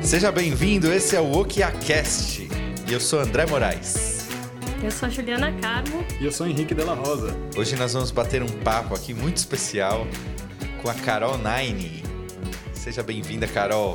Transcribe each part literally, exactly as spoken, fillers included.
Seja bem-vindo, esse é o OkiaCast e eu sou André Moraes. Eu sou a Juliana Carmo. E eu sou o Henrique Della Rosa. Hoje nós vamos bater um papo aqui muito especial com a Carol Nine. Seja bem-vinda, Carol.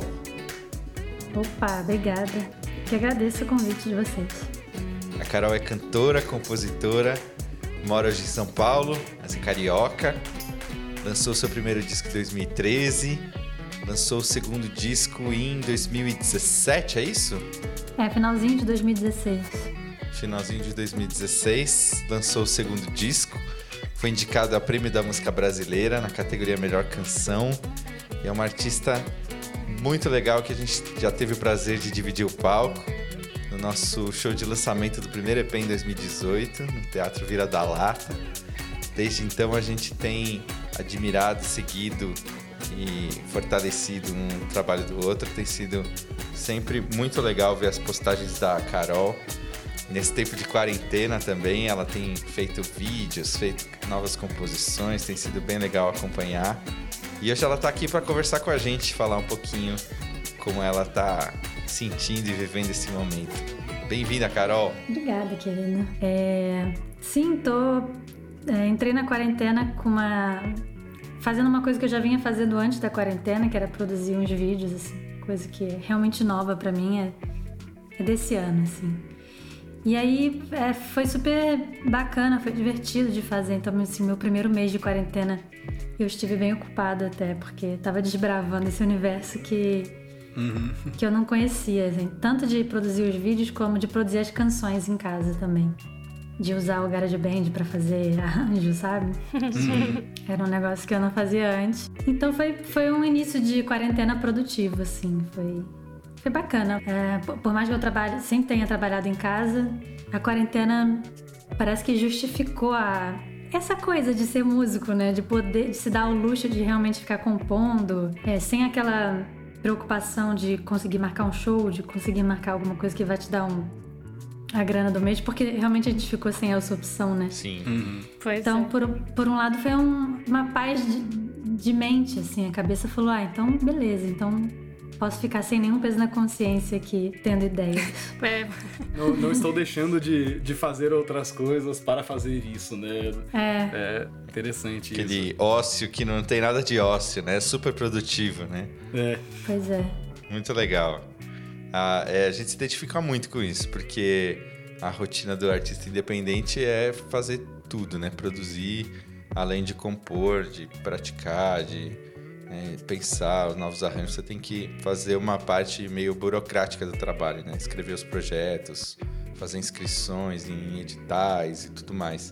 Opa, obrigada. Que agradeço o convite de vocês. A Carol é cantora, compositora, mora hoje em São Paulo, mas é carioca. Lançou seu primeiro disco em dois mil e treze, lançou o segundo disco em dois mil e dezessete, é isso? É, finalzinho de dois mil e dezesseis. Finalzinho de dois mil e dezesseis, lançou o segundo disco, foi indicado ao Prêmio da Música Brasileira na categoria Melhor Canção, e é uma artista muito legal que a gente já teve o prazer de dividir o palco no nosso show de lançamento do primeiro E P em dois mil e dezoito, no Teatro Vira da Lata. Desde então a gente tem admirado, seguido e fortalecido um trabalho do outro. Tem sido sempre muito legal ver as postagens da Carol. Nesse tempo de quarentena também, ela tem feito vídeos, feito novas composições, tem sido bem legal acompanhar. E hoje ela está aqui para conversar com a gente, falar um pouquinho como ela está sentindo e vivendo esse momento. Bem-vinda, Carol! Obrigada, querida. É... Sim, tô... É, entrei na quarentena com uma... fazendo uma coisa que eu já vinha fazendo antes da quarentena, que era produzir uns vídeos, assim, coisa que é realmente nova para mim, é... é desse ano, assim. E aí é, foi super bacana, foi divertido de fazer. Então, assim, meu primeiro mês de quarentena eu estive bem ocupada até, porque tava desbravando esse universo que, uhum. que eu não conhecia, assim, tanto de produzir os vídeos como de produzir as canções em casa também. De usar o GarageBand pra fazer arranjo, sabe? Uhum. Era um negócio que eu não fazia antes. Então foi, foi um início de quarentena produtivo, assim, foi... Foi bacana. É, por mais que eu trabalhe, sempre tenha trabalhado em casa, a quarentena parece que justificou a, essa coisa de ser músico, né? De poder, de se dar o luxo de realmente ficar compondo, é, sem aquela preocupação de conseguir marcar um show, de conseguir marcar alguma coisa que vai te dar um, a grana do mês, porque realmente a gente ficou sem essa opção, né? Sim. Uhum. Pois então, é. por, por um lado, foi um, uma paz de, de mente, assim. A cabeça falou, ah, então beleza, então... posso ficar sem nenhum peso na consciência aqui, tendo ideias. É. Não, não estou deixando de, de fazer outras coisas para fazer isso, né? É. É interessante Aquele isso. Aquele ócio que não tem nada de ócio, né? Super produtivo, né? É. Pois é. Muito legal. Ah, é, a gente se identifica muito com isso, porque a rotina do artista independente é fazer tudo, né? Produzir, além de compor, de praticar, de... É, pensar os novos arranjos, você tem que fazer uma parte meio burocrática do trabalho, né? Escrever os projetos, fazer inscrições em editais e tudo mais.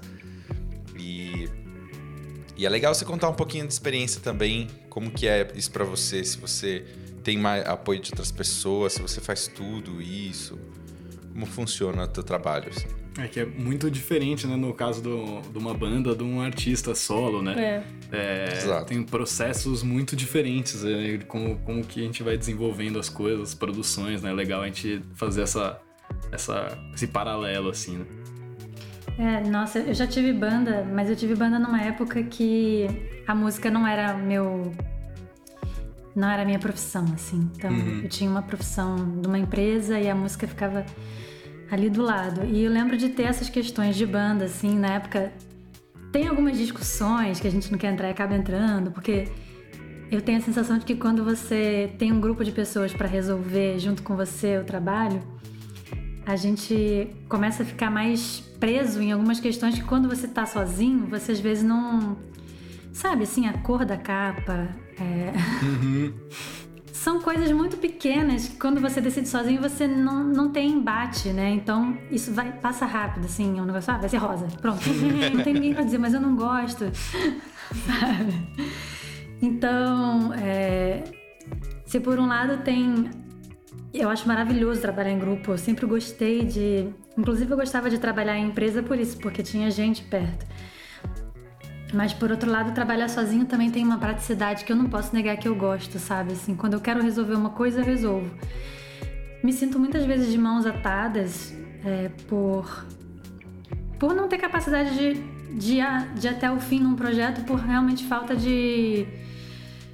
E, e é legal você contar um pouquinho de experiência também, como que é isso pra você, se você tem mais apoio de outras pessoas, se você faz tudo isso, como funciona o teu trabalho, assim. É que é muito diferente, né, no caso do, de uma banda, de um artista solo, né? É. É, Exato. Tem processos muito diferentes, né? como, como que a gente vai desenvolvendo as coisas, as produções, né? É legal a gente fazer essa, essa, esse paralelo, assim, né? É, nossa, eu já tive banda, mas eu tive banda numa época que a música não era meu... não era a minha profissão, assim. Então, uhum. eu tinha uma profissão de uma empresa e a música ficava... ali do lado. E eu lembro de ter essas questões de banda, assim, na época. Tem algumas discussões que a gente não quer entrar e acaba entrando, porque eu tenho a sensação de que quando você tem um grupo de pessoas para resolver junto com você o trabalho, a gente começa a ficar mais preso em algumas questões que quando você tá sozinho, você às vezes não... Sabe, assim, a cor da capa... É... Uhum. São coisas muito pequenas que quando você decide sozinho você não, não tem embate, né? Então isso vai, passa rápido, assim, é um negócio, ah, vai ser rosa, pronto. Não tem ninguém pra dizer, mas eu não gosto, sabe? Então, é, se por um lado tem... Eu acho maravilhoso trabalhar em grupo, eu sempre gostei de... Inclusive eu gostava de trabalhar em empresa por isso, porque tinha gente perto. Mas, por outro lado, trabalhar sozinho também tem uma praticidade que eu não posso negar que eu gosto, sabe? Assim, quando eu quero resolver uma coisa, eu resolvo. Me sinto muitas vezes de mãos atadas é, por, por não ter capacidade de, de, de ir até o fim num projeto, por realmente falta de...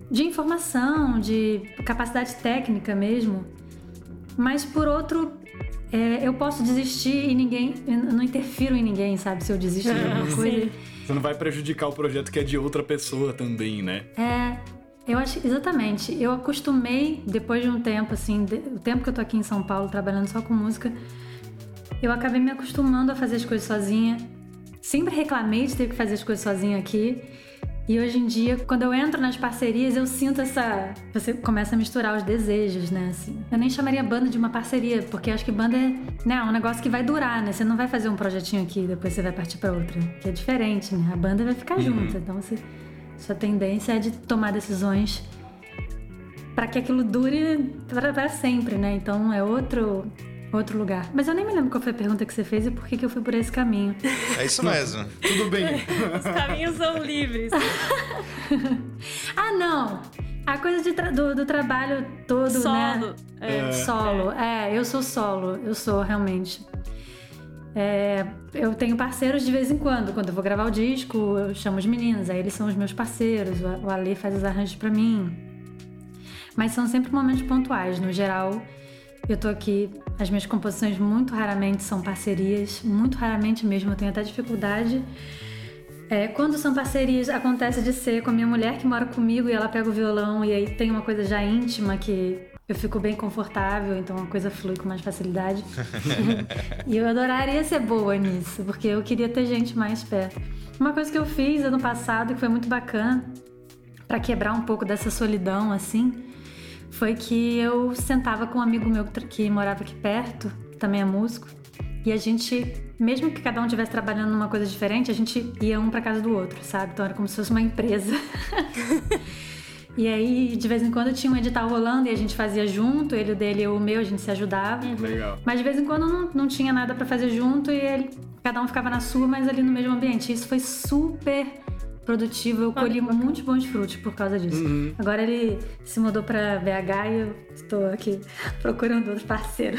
de informação, de capacidade técnica mesmo. Mas por outro, é, eu posso desistir e ninguém, eu não interfiro em ninguém, sabe? Se eu desistir de alguma coisa. Sim. Você não vai prejudicar o projeto que é de outra pessoa também, né? É, eu acho, exatamente. Eu acostumei, depois de um tempo, assim, de, o tempo que eu tô aqui em São Paulo trabalhando só com música, eu acabei me acostumando a fazer as coisas sozinha. Sempre reclamei de ter que fazer as coisas sozinha aqui. E hoje em dia, quando eu entro nas parcerias, eu sinto essa... Você começa a misturar os desejos, né? Assim, eu nem chamaria banda de uma parceria, porque acho que banda é, né, um negócio que vai durar, né? Você não vai fazer um projetinho aqui e depois você vai partir pra outra. Que é diferente, né? A banda vai ficar uhum. junto. Então, você, sua tendência é de tomar decisões para que aquilo dure para sempre, né? Então, é outro... outro lugar. Mas eu nem me lembro qual foi a pergunta que você fez e por que que eu fui por esse caminho. É isso mesmo. Tudo bem. Os caminhos são livres. Ah, não! A coisa de tra- do, do trabalho todo, Solo. né? É. Solo. É. é, eu sou solo. Eu sou, realmente. É, eu tenho parceiros de vez em quando. Quando eu vou gravar o disco, eu chamo os meninos. Aí eles são os meus parceiros. O Ale faz os arranjos pra mim. Mas são sempre momentos pontuais. No geral... Eu tô aqui, as minhas composições muito raramente são parcerias, muito raramente mesmo, eu tenho até dificuldade. É, quando são parcerias, acontece de ser com a minha mulher que mora comigo e ela pega o violão e aí tem uma coisa já íntima que eu fico bem confortável, então a coisa flui com mais facilidade. E eu adoraria ser boa nisso, porque eu queria ter gente mais perto. Uma coisa que eu fiz ano passado, que foi muito bacana, pra quebrar um pouco dessa solidão, assim... foi que eu sentava com um amigo meu que morava aqui perto, que também é músico, e a gente, mesmo que cada um estivesse trabalhando numa coisa diferente, a gente ia um pra casa do outro, sabe? Então era como se fosse uma empresa. E aí, de vez em quando, tinha um edital rolando e a gente fazia junto, ele o dele e eu o meu, a gente se ajudava. Legal. Mas de vez em quando não, não tinha nada pra fazer junto e ele, cada um ficava na sua, mas ali no mesmo ambiente. Isso foi super... produtivo, eu colhi muitos bons frutos por causa disso. Uhum. Agora ele se mudou pra B H e eu estou aqui procurando outro parceiro.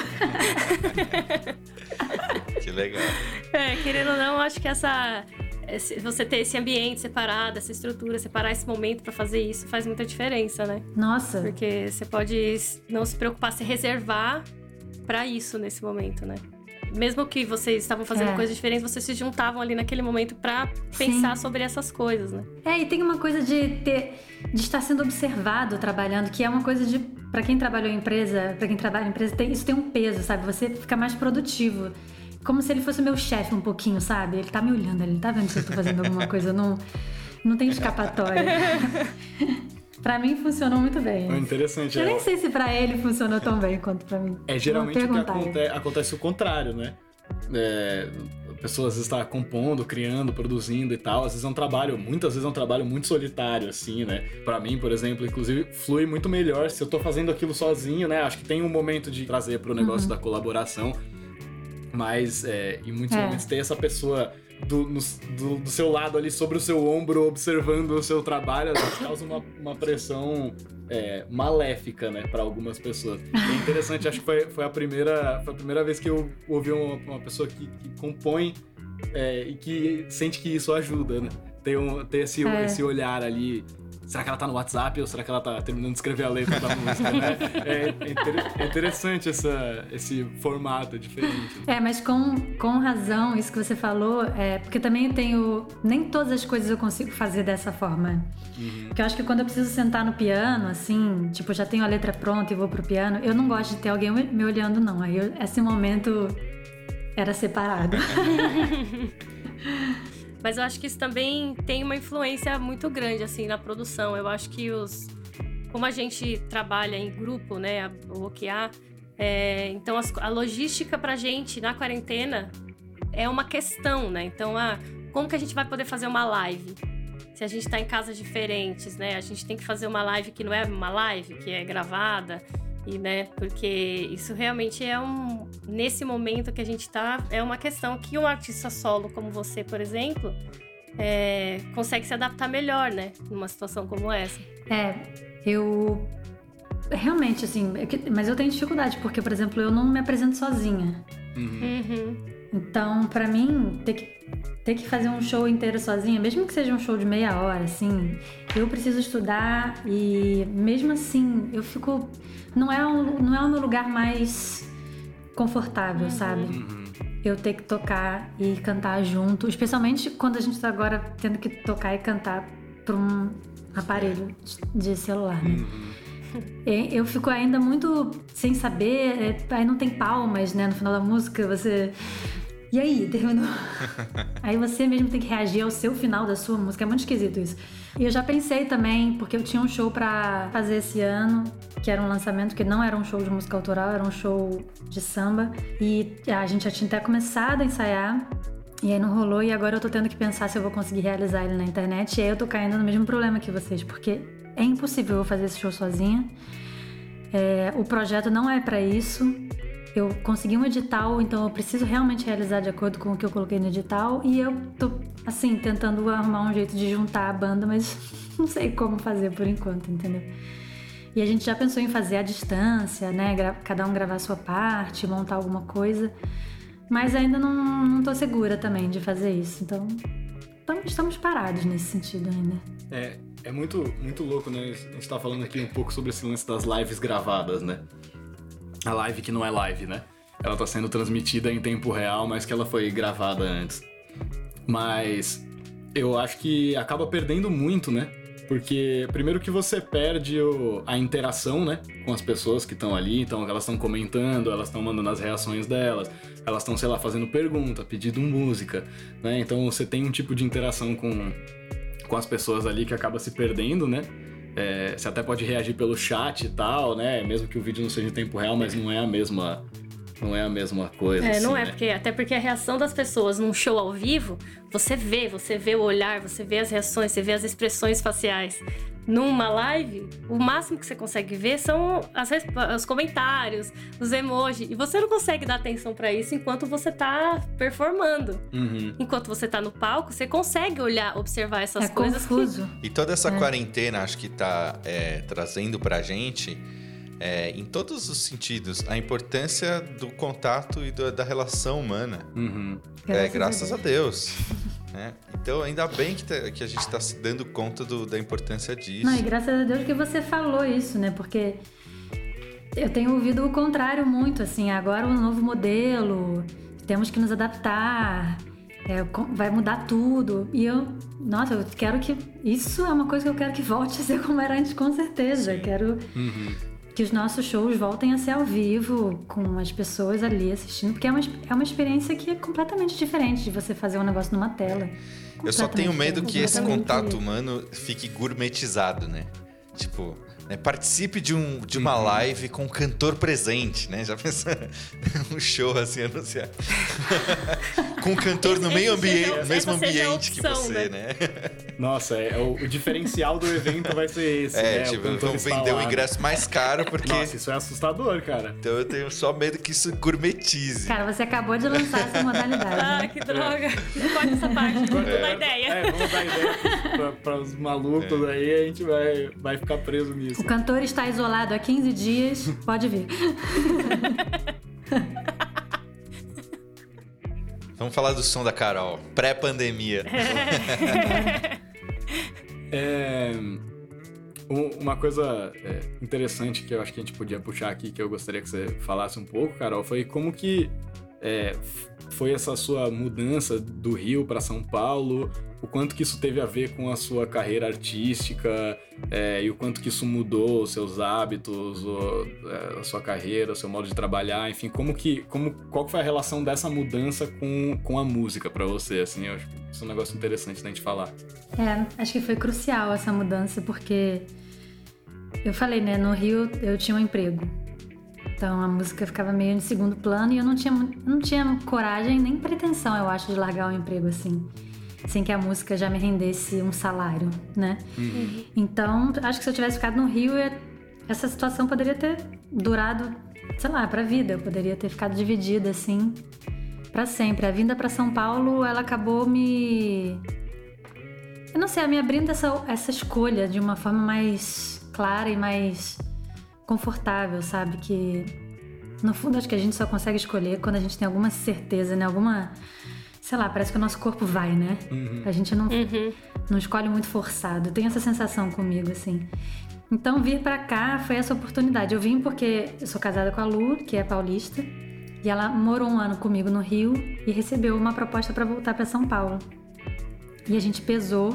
Que legal. É, querendo ou não, acho que essa... você ter esse ambiente separado, essa estrutura, separar esse momento pra fazer isso faz muita diferença, né? Nossa! Porque você pode não se preocupar, se reservar pra isso nesse momento, né? Mesmo que vocês estavam fazendo é. coisas diferentes, vocês se juntavam ali naquele momento pra pensar Sim. sobre essas coisas, né? É, e tem uma coisa de ter, de estar sendo observado trabalhando, que é uma coisa de, pra quem trabalhou em empresa, pra quem trabalha em empresa, tem, isso tem um peso, sabe? Você fica mais produtivo. Como se ele fosse meu chefe um pouquinho, sabe? Ele tá me olhando, ele tá vendo se eu tô fazendo alguma coisa, não, não tem escapatória. Pra mim funcionou muito bem. É interessante. Eu é... nem sei se pra ele funcionou tão bem quanto pra mim. É geralmente o que aconte... acontece o contrário, né? É... A pessoa às vezes tá compondo, criando, produzindo e tal. Às vezes é um trabalho, muitas vezes é um trabalho muito solitário, assim, né? Pra mim, por exemplo, inclusive, flui muito melhor se eu tô fazendo aquilo sozinho, né? Acho que tem um momento de trazer pro negócio uhum. da colaboração. Mas, é, em muitos é. momentos, tem essa pessoa... Do, no, do, do seu lado ali, sobre o seu ombro, observando o seu trabalho, às vezes causa uma, uma pressão é, maléfica, né, para algumas pessoas. É interessante, acho que foi, foi, a, primeira, foi a primeira vez que eu ouvi uma, uma pessoa que, que compõe é, e que sente que isso ajuda, né? Ter, um, ter esse, é. esse olhar ali. Será que ela tá no WhatsApp ou será que ela tá terminando de escrever a letra da música, né? É, é interessante essa, esse formato diferente. É, mas com, com razão, isso que você falou, é, porque também eu tenho... Nem todas as coisas eu consigo fazer dessa forma. Uhum. Porque eu acho que quando eu preciso sentar no piano, assim, tipo, já tenho a letra pronta e vou pro piano, eu não gosto de ter alguém me olhando, não. Aí eu, esse momento era separado. Mas eu acho que isso também tem uma influência muito grande, assim, na produção. Eu acho que os... Como a gente trabalha em grupo, né, o O Q A, é, então as, a logística pra gente na quarentena é uma questão, né? Então, ah, como que a gente vai poder fazer uma live? Se a gente tá em casas diferentes, né? A gente tem que fazer uma live que não é uma live, que é gravada. E, né, porque isso realmente é um... Nesse momento que a gente tá, é uma questão que um artista solo como você, por exemplo, é, consegue se adaptar melhor, né? Numa situação como essa. É, eu... Realmente, assim... Mas eu tenho dificuldade, porque, por exemplo, eu não me apresento sozinha. Uhum. Uhum. Então, pra mim, ter que, ter que fazer um show inteiro sozinha, mesmo que seja um show de meia hora, assim, eu preciso estudar e mesmo assim, eu fico... Não é, um, não é o meu lugar mais confortável, uhum. sabe? Uhum. Eu ter que tocar e cantar junto, especialmente quando a gente tá agora tendo que tocar e cantar pra um aparelho de celular, né? Uhum. Eu fico ainda muito sem saber, aí não tem palmas, né? No final da música, você... E aí, terminou? Aí você mesmo tem que reagir ao seu final da sua música, é muito esquisito isso. E eu já pensei também, porque eu tinha um show pra fazer esse ano, que era um lançamento que não era um show de música autoral, era um show de samba. E a gente já tinha até começado a ensaiar, e aí não rolou, e agora eu tô tendo que pensar se eu vou conseguir realizar ele na internet. E aí eu tô caindo no mesmo problema que vocês, porque é impossível eu fazer esse show sozinha. É, o projeto não é pra isso. Eu consegui um edital, então eu preciso realmente realizar de acordo com o que eu coloquei no edital. E eu tô, assim, tentando arrumar um jeito de juntar a banda, mas não sei como fazer por enquanto, entendeu? E a gente já pensou em fazer à distância, né? Cada um gravar a sua parte, montar alguma coisa. Mas ainda não, não tô segura também de fazer isso. Então, estamos parados nesse sentido ainda. É, é muito, muito louco, né? A gente tá falando aqui um pouco sobre esse lance das lives gravadas, né? A live que não é live, né? Ela tá sendo transmitida em tempo real, mas que ela foi gravada antes. Mas eu acho que acaba perdendo muito, né? Porque primeiro que você perde o, a interação, né? Com as pessoas que estão ali. Então elas estão comentando, elas estão mandando as reações delas. Elas estão, sei lá, fazendo pergunta, pedindo música, né? Então você tem um tipo de interação com, com as pessoas ali que acaba se perdendo, né? É, você até pode reagir pelo chat e tal, né? Mesmo que o vídeo não seja em tempo real, mas não é a mesma, não é a mesma coisa. É, assim, não é, né? porque, até porque a reação das pessoas num show ao vivo, você vê, você vê o olhar, você vê as reações, você vê as expressões faciais. Numa live, o máximo que você consegue ver são as, os comentários, os emojis. E você não consegue dar atenção pra isso enquanto você tá performando. Uhum. Enquanto você tá no palco, você consegue olhar, observar essas é coisas. Confuso. Que... E toda essa é. quarentena, acho que tá é, trazendo pra gente, é, em todos os sentidos, a importância do contato e do, da relação humana. Uhum. É, graças a Deus. É, então, ainda bem que, tá, que a gente está se dando conta do, da importância disso. Não, e graças a Deus que você falou isso, né? Porque eu tenho ouvido o contrário muito, assim. Agora um novo modelo, temos que nos adaptar, é, vai mudar tudo. E eu, nossa, eu quero que... Isso é uma coisa que eu quero que volte a ser como era antes, com certeza. Eu quero... Uhum. Que os nossos shows voltem a ser ao vivo, com as pessoas ali assistindo, porque é uma, é uma experiência que é completamente diferente de você fazer um negócio numa tela. Eu só tenho medo que esse contato humano fique gourmetizado, né? Tipo, né, participe de, um, de uma live com um cantor presente, né? Já pensou? Um show assim anunciado. Com um cantor no meio ambiente, no mesmo ambiente que você, né? Nossa, é, o, o diferencial do evento vai ser esse, é, né? Tipo, vão vender o ingresso mais caro porque... Nossa, isso é assustador, cara. Então eu tenho só medo que isso gourmetize. Cara, você acabou de lançar essa modalidade. Ah, né? que droga. Corta essa parte, vamos é. dar ideia. É, vamos dar ideia para os malucos é. aí, a gente vai, vai ficar preso nisso. O cantor está isolado há quinze dias, pode vir. Vamos falar do som da Carol, pré-pandemia. É, uma coisa interessante que eu acho que a gente podia puxar aqui, que eu gostaria que você falasse um pouco, Carol, foi como que é, foi essa sua mudança do Rio para São Paulo, o quanto que isso teve a ver com a sua carreira artística é, e o quanto que isso mudou os seus hábitos, o, a sua carreira, o seu modo de trabalhar, enfim, como que, como, qual que foi a relação dessa mudança com, com a música para você, assim, eu acho que isso é um negócio interessante da gente falar. É, acho que foi crucial essa mudança, porque eu falei, né, no Rio eu tinha um emprego, então a música ficava meio em segundo plano e eu não tinha, não tinha coragem nem pretensão, eu acho, de largar o emprego assim, sem que a música já me rendesse um salário, né? Uhum. Então, acho que se eu tivesse ficado no Rio, essa situação poderia ter durado, sei lá, pra vida. Eu poderia ter ficado dividida, assim, pra sempre. A vinda pra São Paulo, ela acabou me... Eu não sei, me abrindo essa, essa escolha de uma forma mais clara e mais confortável, sabe? Que no fundo, acho que a gente só consegue escolher quando a gente tem alguma certeza, né? Alguma... Sei lá, parece que o nosso corpo vai, né? Uhum. A gente não, uhum. não escolhe muito forçado. Eu tenho essa sensação comigo, assim. Então, vir pra cá foi essa oportunidade. Eu vim porque eu sou casada com a Lu, que é paulista. E ela morou um ano comigo no Rio e recebeu uma proposta pra voltar pra São Paulo. E a gente pesou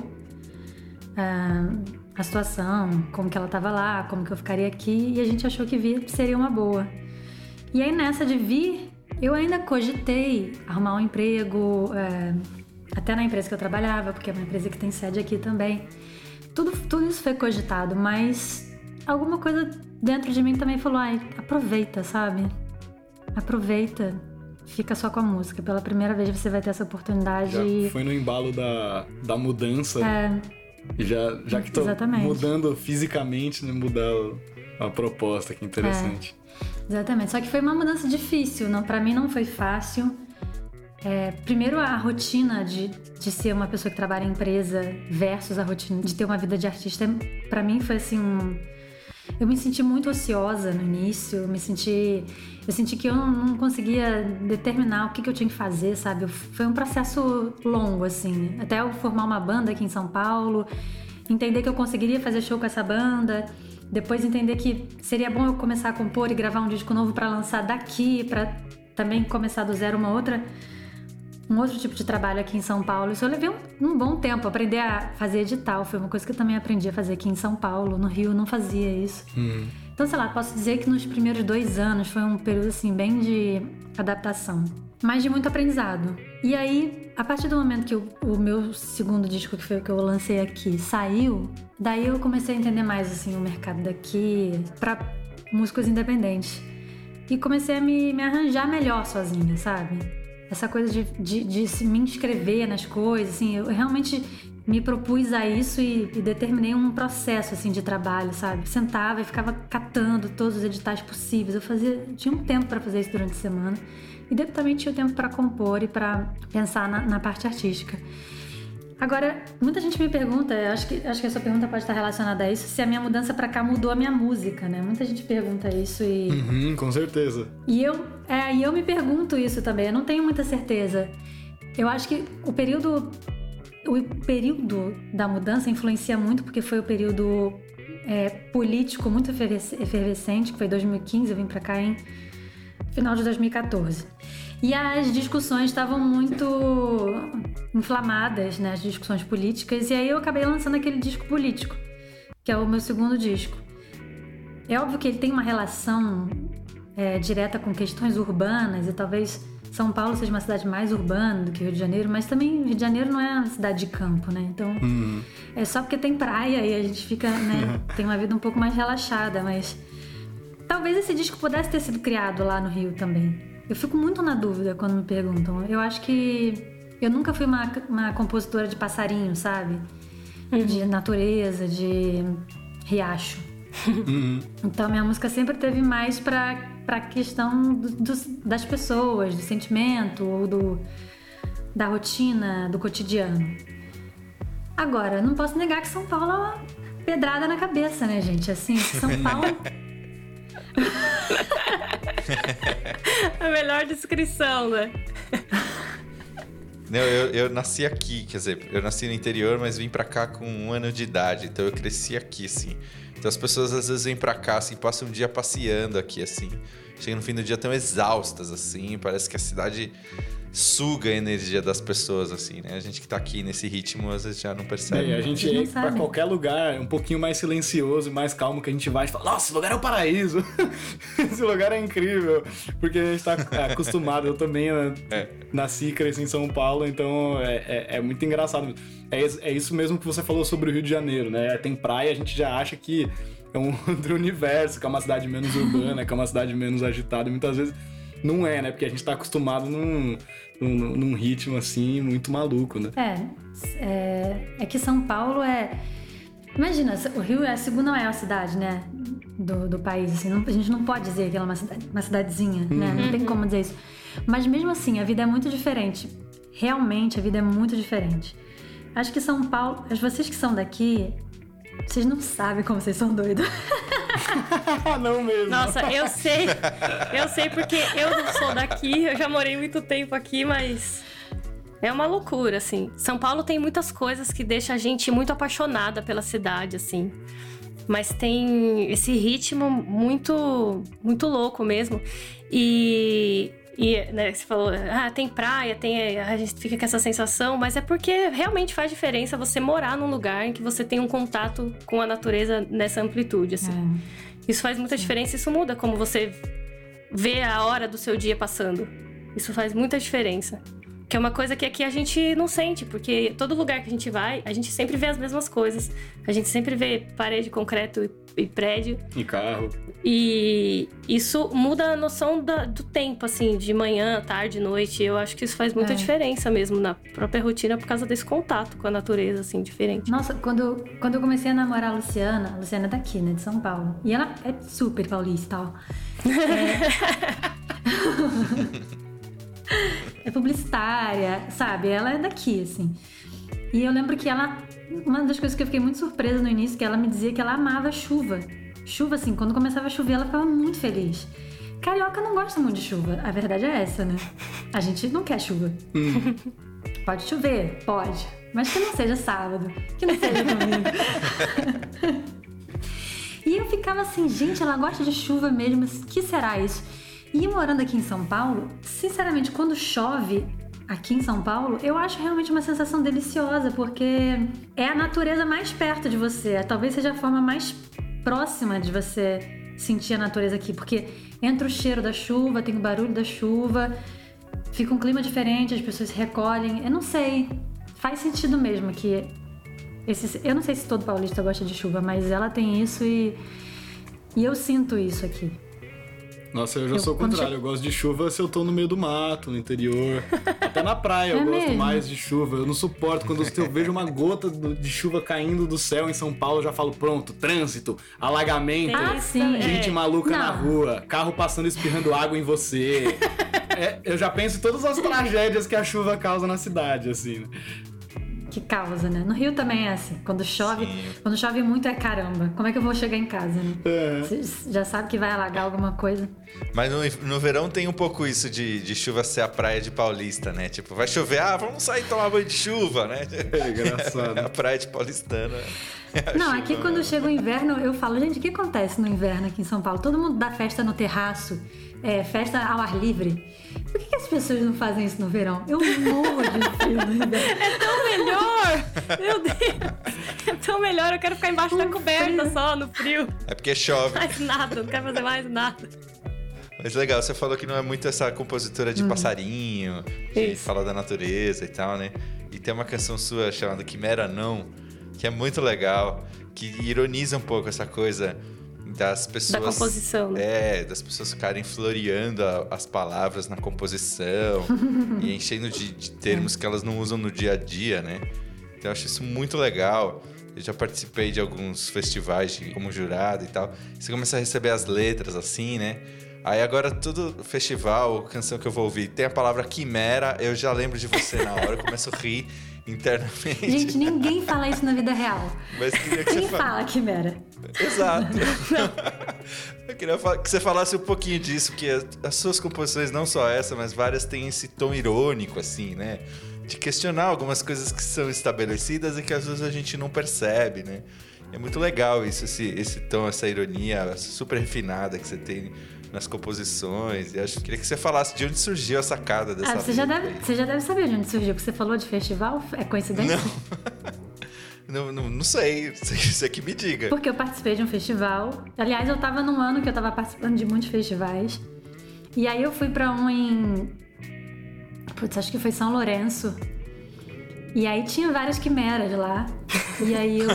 uh, a situação, como que ela tava lá, como que eu ficaria aqui. E a gente achou que vir seria uma boa. E aí, nessa de vir... Eu ainda cogitei arrumar um emprego, é, até na empresa que eu trabalhava, porque é uma empresa que tem sede aqui também. Tudo, tudo isso foi cogitado, mas alguma coisa dentro de mim também falou, ai, aproveita, sabe? Aproveita, fica só com a música. Pela primeira vez você vai ter essa oportunidade. Já e... foi no embalo da, da mudança. É. E já, já que tô Exatamente. mudando fisicamente, né? Mudar a proposta, que interessante. É. Exatamente, só que foi uma mudança difícil, não, pra mim não foi fácil. É, primeiro a rotina de, de ser uma pessoa que trabalha em empresa versus a rotina de ter uma vida de artista, pra mim foi assim um... Eu me senti muito ociosa no início, eu me senti... Eu senti que eu não, não conseguia determinar o que, que eu tinha que fazer, sabe? Foi um processo longo, assim, até eu formar uma banda aqui em São Paulo, entender que eu conseguiria fazer show com essa banda... Depois entender que seria bom eu começar a compor e gravar um disco novo para lançar daqui, para também começar do zero uma outra, um outro tipo de trabalho aqui em São Paulo. Isso eu levei um, um bom tempo, aprender a fazer edital. Foi uma coisa que eu também aprendi a fazer aqui em São Paulo. No Rio eu não fazia isso. Uhum. Então, sei lá, posso dizer que nos primeiros dois anos foi um período assim bem de adaptação, mas de muito aprendizado. E aí, a partir do momento que o, o meu segundo disco, que foi o que eu lancei aqui, saiu, daí eu comecei a entender mais assim o mercado daqui para músicos independentes. E comecei a me, me arranjar melhor sozinha, sabe? Essa coisa de, de, de me inscrever nas coisas, assim, eu realmente me propus a isso e, e determinei um processo assim de trabalho, sabe? Sentava e ficava catando todos os editais possíveis. Eu fazia, tinha um tempo para fazer isso durante a semana. E também tinha o tempo para compor e para pensar na, na parte artística. Agora, muita gente me pergunta, acho que, acho que a sua pergunta pode estar relacionada a isso, se a minha mudança para cá mudou a minha música, né? Muita gente pergunta isso e... Uhum, com certeza. E eu, é, e eu me pergunto isso também, eu não tenho muita certeza. Eu acho que o período, o período da mudança influencia muito, porque foi o período é, político muito efervescente, que foi dois mil e quinze, eu vim para cá em final de dois mil e catorze. E as discussões estavam muito inflamadas, né? As discussões políticas. E aí eu acabei lançando aquele disco político, que é o meu segundo disco. É óbvio que ele tem uma relação é, direta com questões urbanas, e talvez São Paulo seja uma cidade mais urbana do que Rio de Janeiro, mas também Rio de Janeiro não é uma cidade de campo, né? Então, uhum. é só porque tem praia e a gente fica, né? Tem uma vida um pouco mais relaxada, mas... Talvez esse disco pudesse ter sido criado lá no Rio também. Eu fico muito na dúvida quando me perguntam. Eu acho que eu nunca fui uma, uma compositora de passarinho, sabe? Uhum. De natureza, de riacho. Uhum. Então minha música sempre teve mais pra, pra questão do, do, das pessoas, do sentimento, ou do, da rotina, do cotidiano. Agora, não posso negar que São Paulo é uma pedrada na cabeça, né, gente? Assim, São Paulo... A melhor descrição, né? Não, eu, eu nasci aqui, quer dizer, eu nasci no interior, mas vim pra cá com um ano de idade, então eu cresci aqui, assim. Então as pessoas às vezes vêm pra cá, assim, passam um dia passeando aqui, assim. Chegam no fim do dia tão exaustas, assim, parece que a cidade suga a energia das pessoas, assim, né? A gente que tá aqui nesse ritmo, às vezes já não percebe. É, a gente ir pra qualquer lugar um pouquinho mais silencioso e mais calmo que a gente vai e fala, nossa, esse lugar é o paraíso! Esse lugar é incrível! Porque a gente tá acostumado, eu também é. nasci e cresci em São Paulo, então é, é, é muito engraçado. É, é isso mesmo que você falou sobre o Rio de Janeiro, né? Tem praia, a gente já acha que é um outro universo, que é uma cidade menos urbana, que é uma cidade menos agitada, e muitas vezes não é, né? Porque a gente tá acostumado num, num, num ritmo, assim, muito maluco, né? É, é, é que São Paulo é... Imagina, o Rio é a segunda maior cidade, né? Do, do país, assim. Não, a gente não pode dizer que ela é uma, cidade, uma cidadezinha, uhum. né? Não tem como dizer isso. Mas mesmo assim, a vida é muito diferente. Realmente, a vida é muito diferente. Acho que São Paulo... Vocês que são daqui, vocês não sabem como vocês são doidos. Não mesmo. Nossa, eu sei. Eu sei porque eu não sou daqui, eu já morei muito tempo aqui, mas é uma loucura, assim. São Paulo tem muitas coisas que deixam a gente muito apaixonada pela cidade, assim. Mas tem esse ritmo muito, muito louco mesmo. E... E, né, você falou, ah, tem praia, tem, a gente fica com essa sensação, mas é porque realmente faz diferença você morar num lugar em que você tem um contato com a natureza nessa amplitude, assim. É. Isso faz muita diferença, isso muda como você vê a hora do seu dia passando. Isso faz muita diferença. Que é uma coisa que aqui a gente não sente, porque todo lugar que a gente vai, a gente sempre vê as mesmas coisas. A gente sempre vê parede, concreto e prédio. E carro. E isso muda a noção da, do tempo, assim, de manhã, tarde, noite. Eu acho que isso faz muita é. diferença mesmo na própria rotina por causa desse contato com a natureza, assim, diferente. Nossa, quando, quando eu comecei a namorar a Luciana, a Luciana é daqui, né, de São Paulo. E ela é super paulista, ó. É... é publicitária, sabe? Ela é daqui, assim. E eu lembro que ela... Uma das coisas que eu fiquei muito surpresa no início, que ela me dizia que ela amava chuva. Chuva, assim, quando começava a chover, ela ficava muito feliz. Carioca não gosta muito de chuva. A verdade é essa, né? A gente não quer chuva. Hum. Pode chover? Pode. Mas que não seja sábado. Que não seja domingo. E eu ficava assim, gente, ela gosta de chuva mesmo. Mas que será isso? E morando aqui em São Paulo, sinceramente, quando chove aqui em São Paulo, eu acho realmente uma sensação deliciosa, porque é a natureza mais perto de você. Talvez seja a forma mais próxima de você sentir a natureza aqui, porque entra o cheiro da chuva, tem o barulho da chuva, fica um clima diferente, as pessoas se recolhem. Eu não sei, faz sentido mesmo que... Esse, eu não sei se todo paulista gosta de chuva, mas ela tem isso e, e eu sinto isso aqui. Nossa, eu já eu, sou o contrário, che... eu gosto de chuva se eu tô no meio do mato, no interior. Até na praia é eu mesmo? gosto mais de chuva. Eu não suporto quando eu vejo uma gota de chuva caindo do céu em São Paulo, eu já falo, pronto, trânsito, alagamento, ah, sim. gente é. maluca não. na rua, carro passando espirrando água em você. É, eu já penso em todas as tragédias que a chuva causa na cidade, assim, né? Que causa, né? No Rio também é assim. Quando chove, quando chove muito é caramba. Como é que eu vou chegar em casa, né? É. Você já sabe que vai alagar alguma coisa. Mas no, no verão tem um pouco isso de, de chuva ser a praia de paulista, né? Tipo, vai chover, ah, vamos sair tomar banho de chuva, né? É engraçado. A praia de paulistana. É Não, aqui quando mesmo. Chega o inverno, eu falo, gente, o que acontece no inverno aqui em São Paulo? Todo mundo dá festa no terraço, é, festa ao ar livre. Por que, que as pessoas não fazem isso no verão? Eu morro de frio no inverno. É tão melhor! Meu Deus! É tão melhor, eu quero ficar embaixo da coberta só, no frio. É porque chove. Mais nada, não quero fazer mais nada. Mas legal, você falou que não é muito essa compositora de hum. passarinho, de isso. falar da natureza e tal, né? E tem uma canção sua chamada Quimera Não, que é muito legal, que ironiza um pouco essa coisa das pessoas... Da composição, né? É, das pessoas ficarem floreando a, as palavras na composição e enchendo de, de termos que elas não usam no dia a dia, né? Então eu acho isso muito legal. Eu já participei de alguns festivais de, como jurado e tal. Você começa a receber as letras assim, né? Aí agora todo festival, canção que eu vou ouvir, tem a palavra quimera, eu já lembro de você na hora, eu começo a rir internamente. Gente, ninguém fala isso na vida real. Mas queria que Quem você fala fala quimera? Exato. Eu queria que você falasse um pouquinho disso, que as suas composições, não só essa, mas várias têm esse tom irônico, assim, né? De questionar algumas coisas que são estabelecidas e que às vezes a gente não percebe, né? É muito legal isso, esse, esse tom, essa ironia super refinada que você tem nas composições. E acho que queria que você falasse de onde surgiu a sacada dessa ah, você já deve, você já deve saber de onde surgiu, porque você falou de festival. É coincidência? Não, não, não, não sei. Você que me diga. Porque eu participei de um festival. Aliás, eu tava num ano que eu tava participando de muitos festivais. E aí eu fui pra um em... Putz, acho que foi São Lourenço. E aí tinha várias quimeras lá. E aí eu...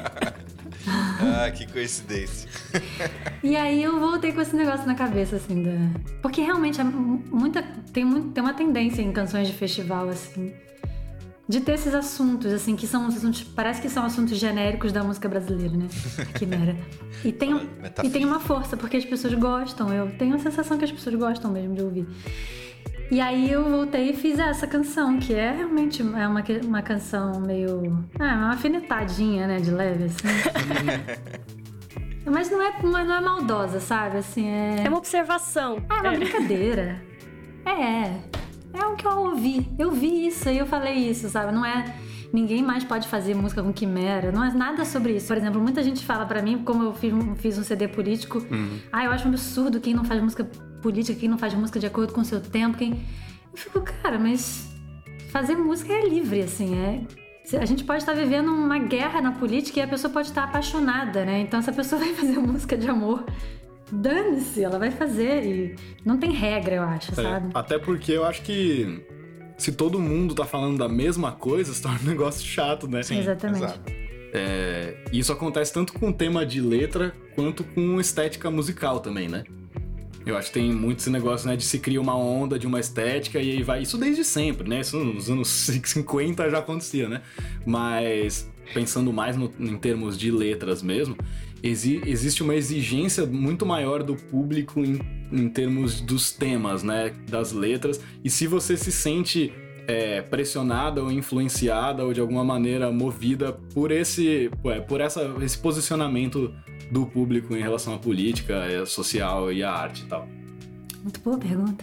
Ah, que coincidência. E aí eu voltei com esse negócio na cabeça, assim, da... Porque realmente é muita... tem, muito... tem uma tendência em canções de festival, assim, de ter esses assuntos, assim, que são assuntos... Parece que são assuntos genéricos da música brasileira, né? Quimera. E tem, e tem uma força, porque as pessoas gostam. Eu tenho a sensação que as pessoas gostam mesmo de ouvir. E aí eu voltei e fiz essa canção, que é realmente é uma, uma canção meio... Ah, uma alfinetadinha, né, de leve, assim. Mas não é, não é maldosa, sabe? Assim, é... É uma observação. Ah, é uma é. brincadeira. É. É o que eu ouvi. Eu vi isso e eu falei isso, sabe? Não é... Ninguém mais pode fazer música com quimera. Não é nada sobre isso. Por exemplo, muita gente fala pra mim, como eu fiz, fiz um C D político, uhum. ah, eu acho um absurdo quem não faz música política, quem não faz música de acordo com o seu tempo, quem... Eu fico, cara, mas fazer música é livre, assim, é... A gente pode estar vivendo uma guerra na política e a pessoa pode estar apaixonada, né? Então, se a pessoa vai fazer música de amor, dane-se, ela vai fazer. E não tem regra, eu acho, é, sabe? Até porque eu acho que se todo mundo tá falando da mesma coisa, se torna um negócio chato, né? Sim, exatamente. Exato. É, isso acontece tanto com tema de letra quanto com estética musical também, né? Eu acho que tem muito esse negócio, né, de se criar uma onda de uma estética e aí vai... Isso desde sempre, né? Isso nos anos cinquenta já acontecia, né? Mas pensando mais no, em termos de letras mesmo, exi- existe uma exigência muito maior do público em, em termos dos temas, né? Das letras. E se você se sente é, pressionada ou influenciada ou de alguma maneira movida por esse, é, por essa, esse posicionamento do público em relação à política, à social e à arte e tal? Muito boa pergunta.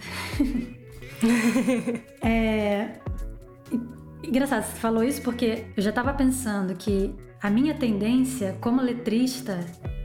é... Engraçado, você falou isso porque eu já estava pensando que a minha tendência como letrista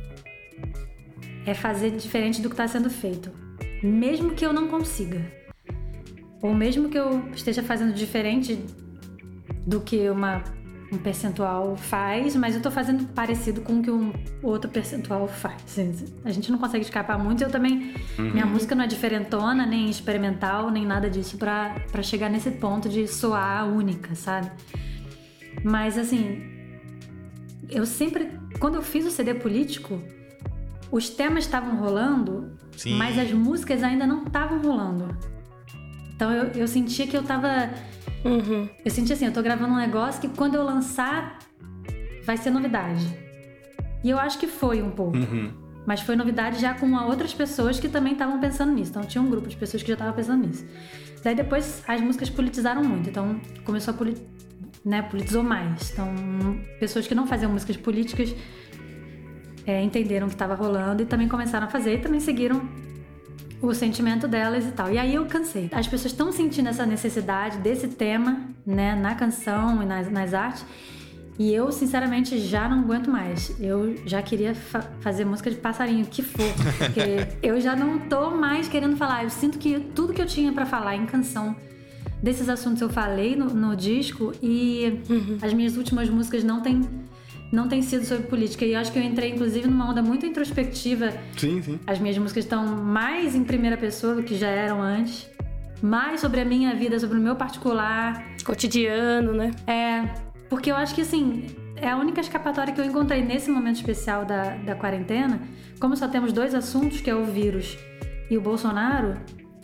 é fazer diferente do que está sendo feito. Mesmo que eu não consiga. Ou mesmo que eu esteja fazendo diferente do que uma... um percentual faz, mas eu tô fazendo parecido com o que um outro percentual faz. A gente não consegue escapar muito. Eu também... Uhum. Minha música não é diferentona, nem experimental, nem nada disso pra, pra chegar nesse ponto de soar única, sabe? Mas, assim... Eu sempre... Quando eu fiz o C D político, os temas estavam rolando, sim, mas as músicas ainda não estavam rolando. Então, eu, eu sentia que eu tava... Uhum. Eu senti assim, eu tô gravando um negócio que quando eu lançar vai ser novidade. E eu acho que foi um pouco. Uhum. Mas foi novidade já com outras pessoas que também estavam pensando nisso. Então tinha um grupo de pessoas que já estavam pensando nisso. Daí depois as músicas politizaram muito. Então começou a poli... né, politizou mais. Então pessoas que não faziam músicas políticas é, entenderam o que estava rolando e também começaram a fazer e também seguiram o sentimento delas e tal. E aí eu cansei. As pessoas estão sentindo essa necessidade desse tema, né, na canção e nas, nas artes. E eu, sinceramente, já não aguento mais. Eu já queria fa- fazer música de passarinho, que for. Porque eu já não tô mais querendo falar. Eu sinto que tudo que eu tinha pra falar em canção desses assuntos eu falei no, no disco. E uhum. as minhas últimas músicas não têm... não tem sido sobre política. E eu acho que eu entrei, inclusive, numa onda muito introspectiva. Sim, sim. As minhas músicas estão mais em primeira pessoa do que já eram antes. Mais sobre a minha vida, sobre o meu particular. Cotidiano, né? É, porque eu acho que, assim, é a única escapatória que eu encontrei nesse momento especial da, da quarentena. Como só temos dois assuntos, que é o vírus e o Bolsonaro,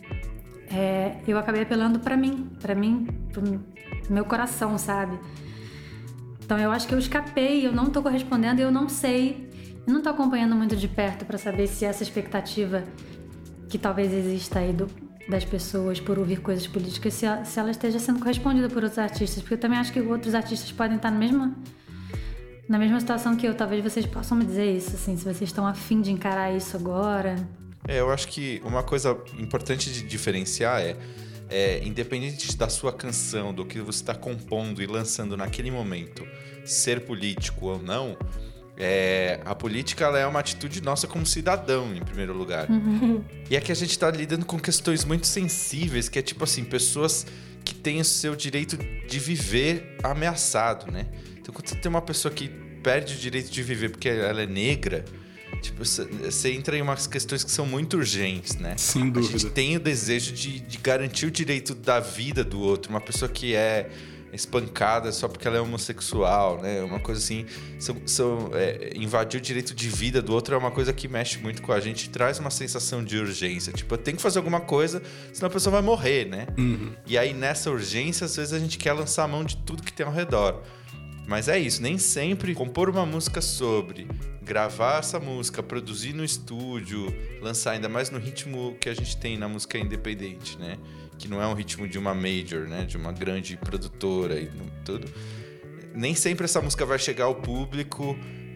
é, eu acabei apelando pra mim. Pra mim, pro meu coração, sabe? Então eu acho que eu escapei, eu não tô correspondendo e eu não sei, eu não tô acompanhando muito de perto pra saber se essa expectativa que talvez exista aí do, das pessoas por ouvir coisas políticas, se ela, se ela esteja sendo correspondida por outros artistas, porque eu também acho que outros artistas podem estar na mesma, na mesma situação que eu. Talvez vocês possam me dizer isso, assim, se vocês estão a fim de encarar isso agora. É, eu acho que uma coisa importante de diferenciar é É, independente da sua canção, do que você está compondo e lançando naquele momento, ser político ou não, é, a política ela é uma atitude nossa como cidadão, em primeiro lugar. Uhum. E é que a gente está lidando com questões muito sensíveis, que é tipo assim, pessoas que têm o seu direito de viver ameaçado, né? Então, quando você tem uma pessoa que perde o direito de viver porque ela é negra, tipo, você entra em umas questões que são muito urgentes, né? Sem dúvida. A gente tem o desejo de, de garantir o direito da vida do outro. Uma pessoa que é espancada só porque ela é homossexual, né? Uma coisa assim... São, são, é, invadir o direito de vida do outro é uma coisa que mexe muito com a gente. Traz uma sensação de urgência. Tipo, eu tenho que fazer alguma coisa, senão a pessoa vai morrer, né? Uhum. E aí, nessa urgência, às vezes a gente quer lançar a mão de tudo que tem ao redor. Mas é isso, nem sempre compor uma música sobre, gravar essa música, produzir no estúdio, lançar ainda mais no ritmo que a gente tem na música independente, né? Que não é um ritmo de uma major, né? De uma grande produtora e tudo. Nem sempre essa música vai chegar ao público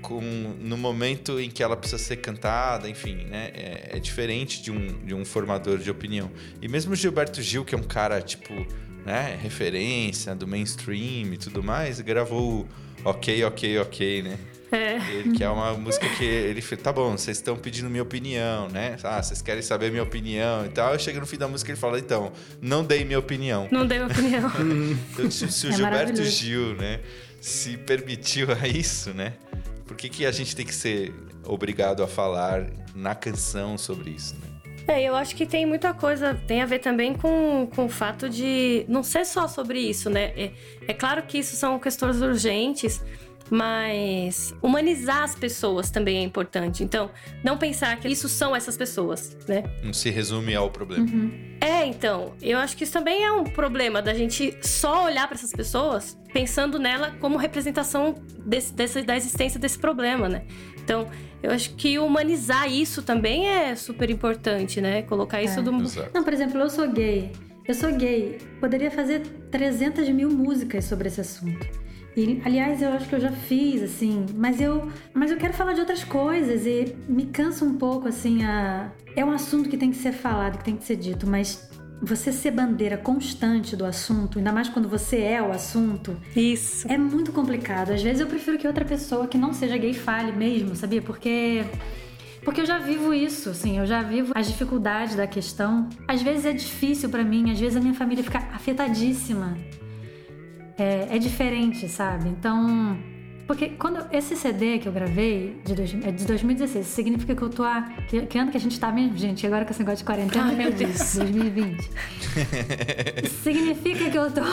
com, no momento em que ela precisa ser cantada, enfim, né? É, é diferente de um, de um formador de opinião. E mesmo o Gilberto Gil, que é um cara, tipo, né, referência do mainstream e tudo mais, gravou Ok, Ok, Ok, né? É. Ele, que é uma música que ele fez, tá bom, vocês estão pedindo minha opinião, né? Ah, vocês querem saber minha opinião e tal. Chega no fim da música e ele fala, então, não dei minha opinião. Não dei opinião. Então, se, se o É Gilberto Gil, né, se permitiu a isso, né? Por que, que a gente tem que ser obrigado a falar na canção sobre isso, né? É, eu acho que tem muita coisa, tem a ver também com, com o fato de não ser só sobre isso, né? É, é claro que isso são questões urgentes, mas humanizar as pessoas também é importante. Então, não pensar que isso são essas pessoas, né? Não se resume ao problema. Uhum. É, então, eu acho que isso também é um problema da gente só olhar para essas pessoas pensando nela como representação desse, desse, da existência desse problema, né? Então, eu acho que humanizar isso também é super importante, né? Colocar isso É. do... Exato. Não, por exemplo, eu sou gay. Eu sou gay. Poderia fazer trezentas mil músicas sobre esse assunto. E, aliás, eu acho que eu já fiz, assim, mas eu, mas eu quero falar de outras coisas e me cansa um pouco, assim, a... É um assunto que tem que ser falado, que tem que ser dito, mas você ser bandeira constante do assunto, ainda mais quando você é o assunto, Isso. é muito complicado. Às vezes eu prefiro que outra pessoa que não seja gay fale mesmo, sabia? Porque... Porque eu já vivo isso, assim, eu já vivo as dificuldades da questão. Às vezes é difícil pra mim, às vezes a minha família fica afetadíssima. É, é diferente, sabe? Então... Porque quando esse C D que eu gravei, de dois, é de dois mil e dezesseis, significa que eu tô a... Que, que ano que a gente tá mesmo, gente? Agora com esse negócio de quarentena, Ai, meu Deus. dois mil e vinte. Significa que eu tô...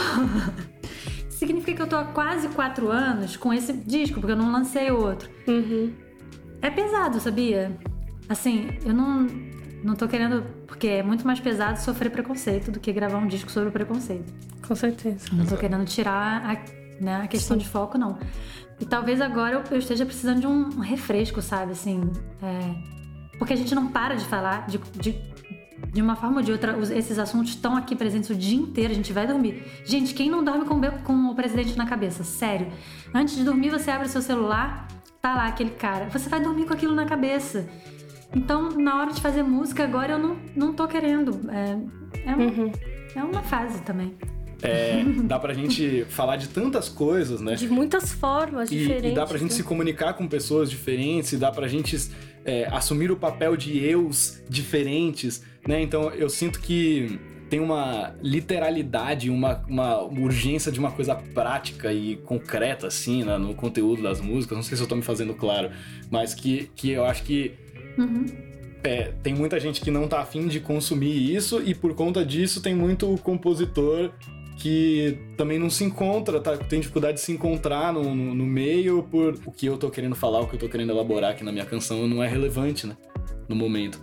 significa que eu tô há quase quatro anos com esse disco, porque eu não lancei outro. Uhum. É pesado, sabia? Assim, eu não, não tô querendo... Porque é muito mais pesado sofrer preconceito do que gravar um disco sobre o preconceito. Com certeza. Não tô querendo tirar a, né, a questão Sim. de foco, não. E talvez agora eu, eu esteja precisando de um refresco, sabe? Assim, é... Porque a gente não para de falar de, de, de uma forma ou de outra. Os, esses assuntos estão aqui presentes o dia inteiro. A gente vai dormir. Gente, quem não dorme com, com o presidente na cabeça? Sério. Antes de dormir, você abre o seu celular, tá lá aquele cara. Você vai dormir com aquilo na cabeça. Então, na hora de fazer música, agora eu não, não tô querendo. É, é, um, Uhum. é uma fase também. É, dá pra gente falar de tantas coisas, né? De muitas formas E, diferentes. e dá pra gente né? se comunicar com pessoas diferentes, e dá pra gente é, assumir o papel de eus diferentes, né? Então eu sinto que tem uma literalidade, uma, uma urgência de uma coisa prática e concreta, assim, né, no conteúdo das músicas. Não sei se eu tô me fazendo claro, mas que, que eu acho que Uhum. é, tem muita gente que não tá afim de consumir isso, e por conta disso tem muito compositor que também não se encontra, tá? Tem dificuldade de se encontrar no, no, no meio, por o que eu tô querendo falar, o que eu tô querendo elaborar aqui na minha canção não é relevante, né? No momento.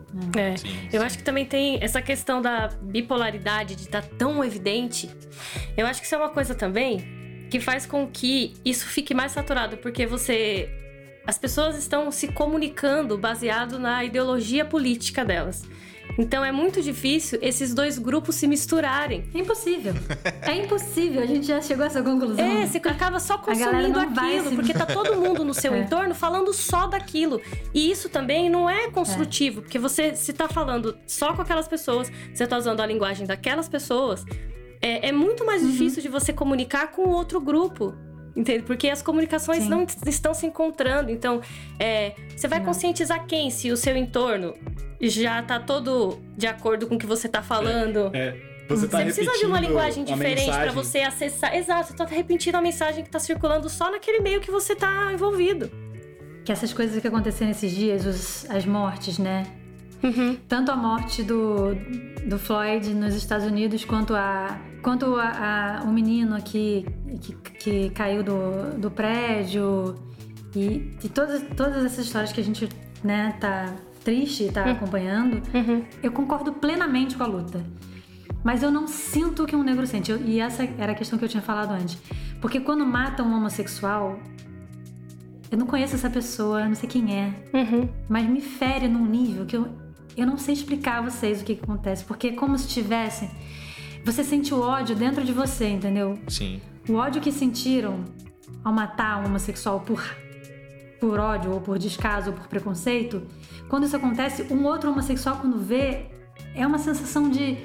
É. Sim, Eu sim. acho que também tem essa questão da bipolaridade, de estar tão evidente. Eu acho que isso é uma coisa também que faz com que isso fique mais saturado, porque você... As pessoas estão se comunicando baseado na ideologia política delas. Então é muito difícil esses dois grupos se misturarem. É impossível. É impossível. A gente já chegou a essa conclusão. É, você acaba só galera consumindo não vai aquilo, se- porque tá todo mundo no seu É. entorno falando só daquilo. E isso também não é construtivo, porque você se tá falando só com aquelas pessoas, você tá usando a linguagem daquelas pessoas, é, é muito mais Uhum. difícil de você comunicar com outro grupo. Entende? Porque as comunicações Sim. não estão se encontrando. Então, é, você vai Não. conscientizar quem se o seu entorno já tá todo de acordo com o que você tá falando? É, você tá Você precisa de uma repetindo linguagem a diferente pra mensagem. você acessar. Exato, você tá repetindo a mensagem que tá circulando só naquele meio que você tá envolvido. Que essas coisas que aconteceram esses dias, os- as mortes, né? Uhum. Tanto a morte do, do Floyd nos Estados Unidos, quanto a quanto a, a, o menino que, que, que caiu do, do prédio. E, e todas, todas essas histórias que a gente, né, tá triste e tá Uhum. acompanhando. Uhum. Eu concordo plenamente com a luta. Mas eu não sinto o que um negro sente. Eu- e essa era a questão que eu tinha falado antes. Porque quando matam um homossexual, eu não conheço essa pessoa, eu não sei quem é. Uhum. Mas me fere num nível que eu, eu não sei explicar a vocês o que, que acontece. Porque é como se tivesse... Você sente o ódio dentro de você, entendeu? Sim. O ódio que sentiram ao matar um homossexual por, por ódio, ou por descaso, ou por preconceito, quando isso acontece, um outro homossexual, quando vê, é uma sensação de...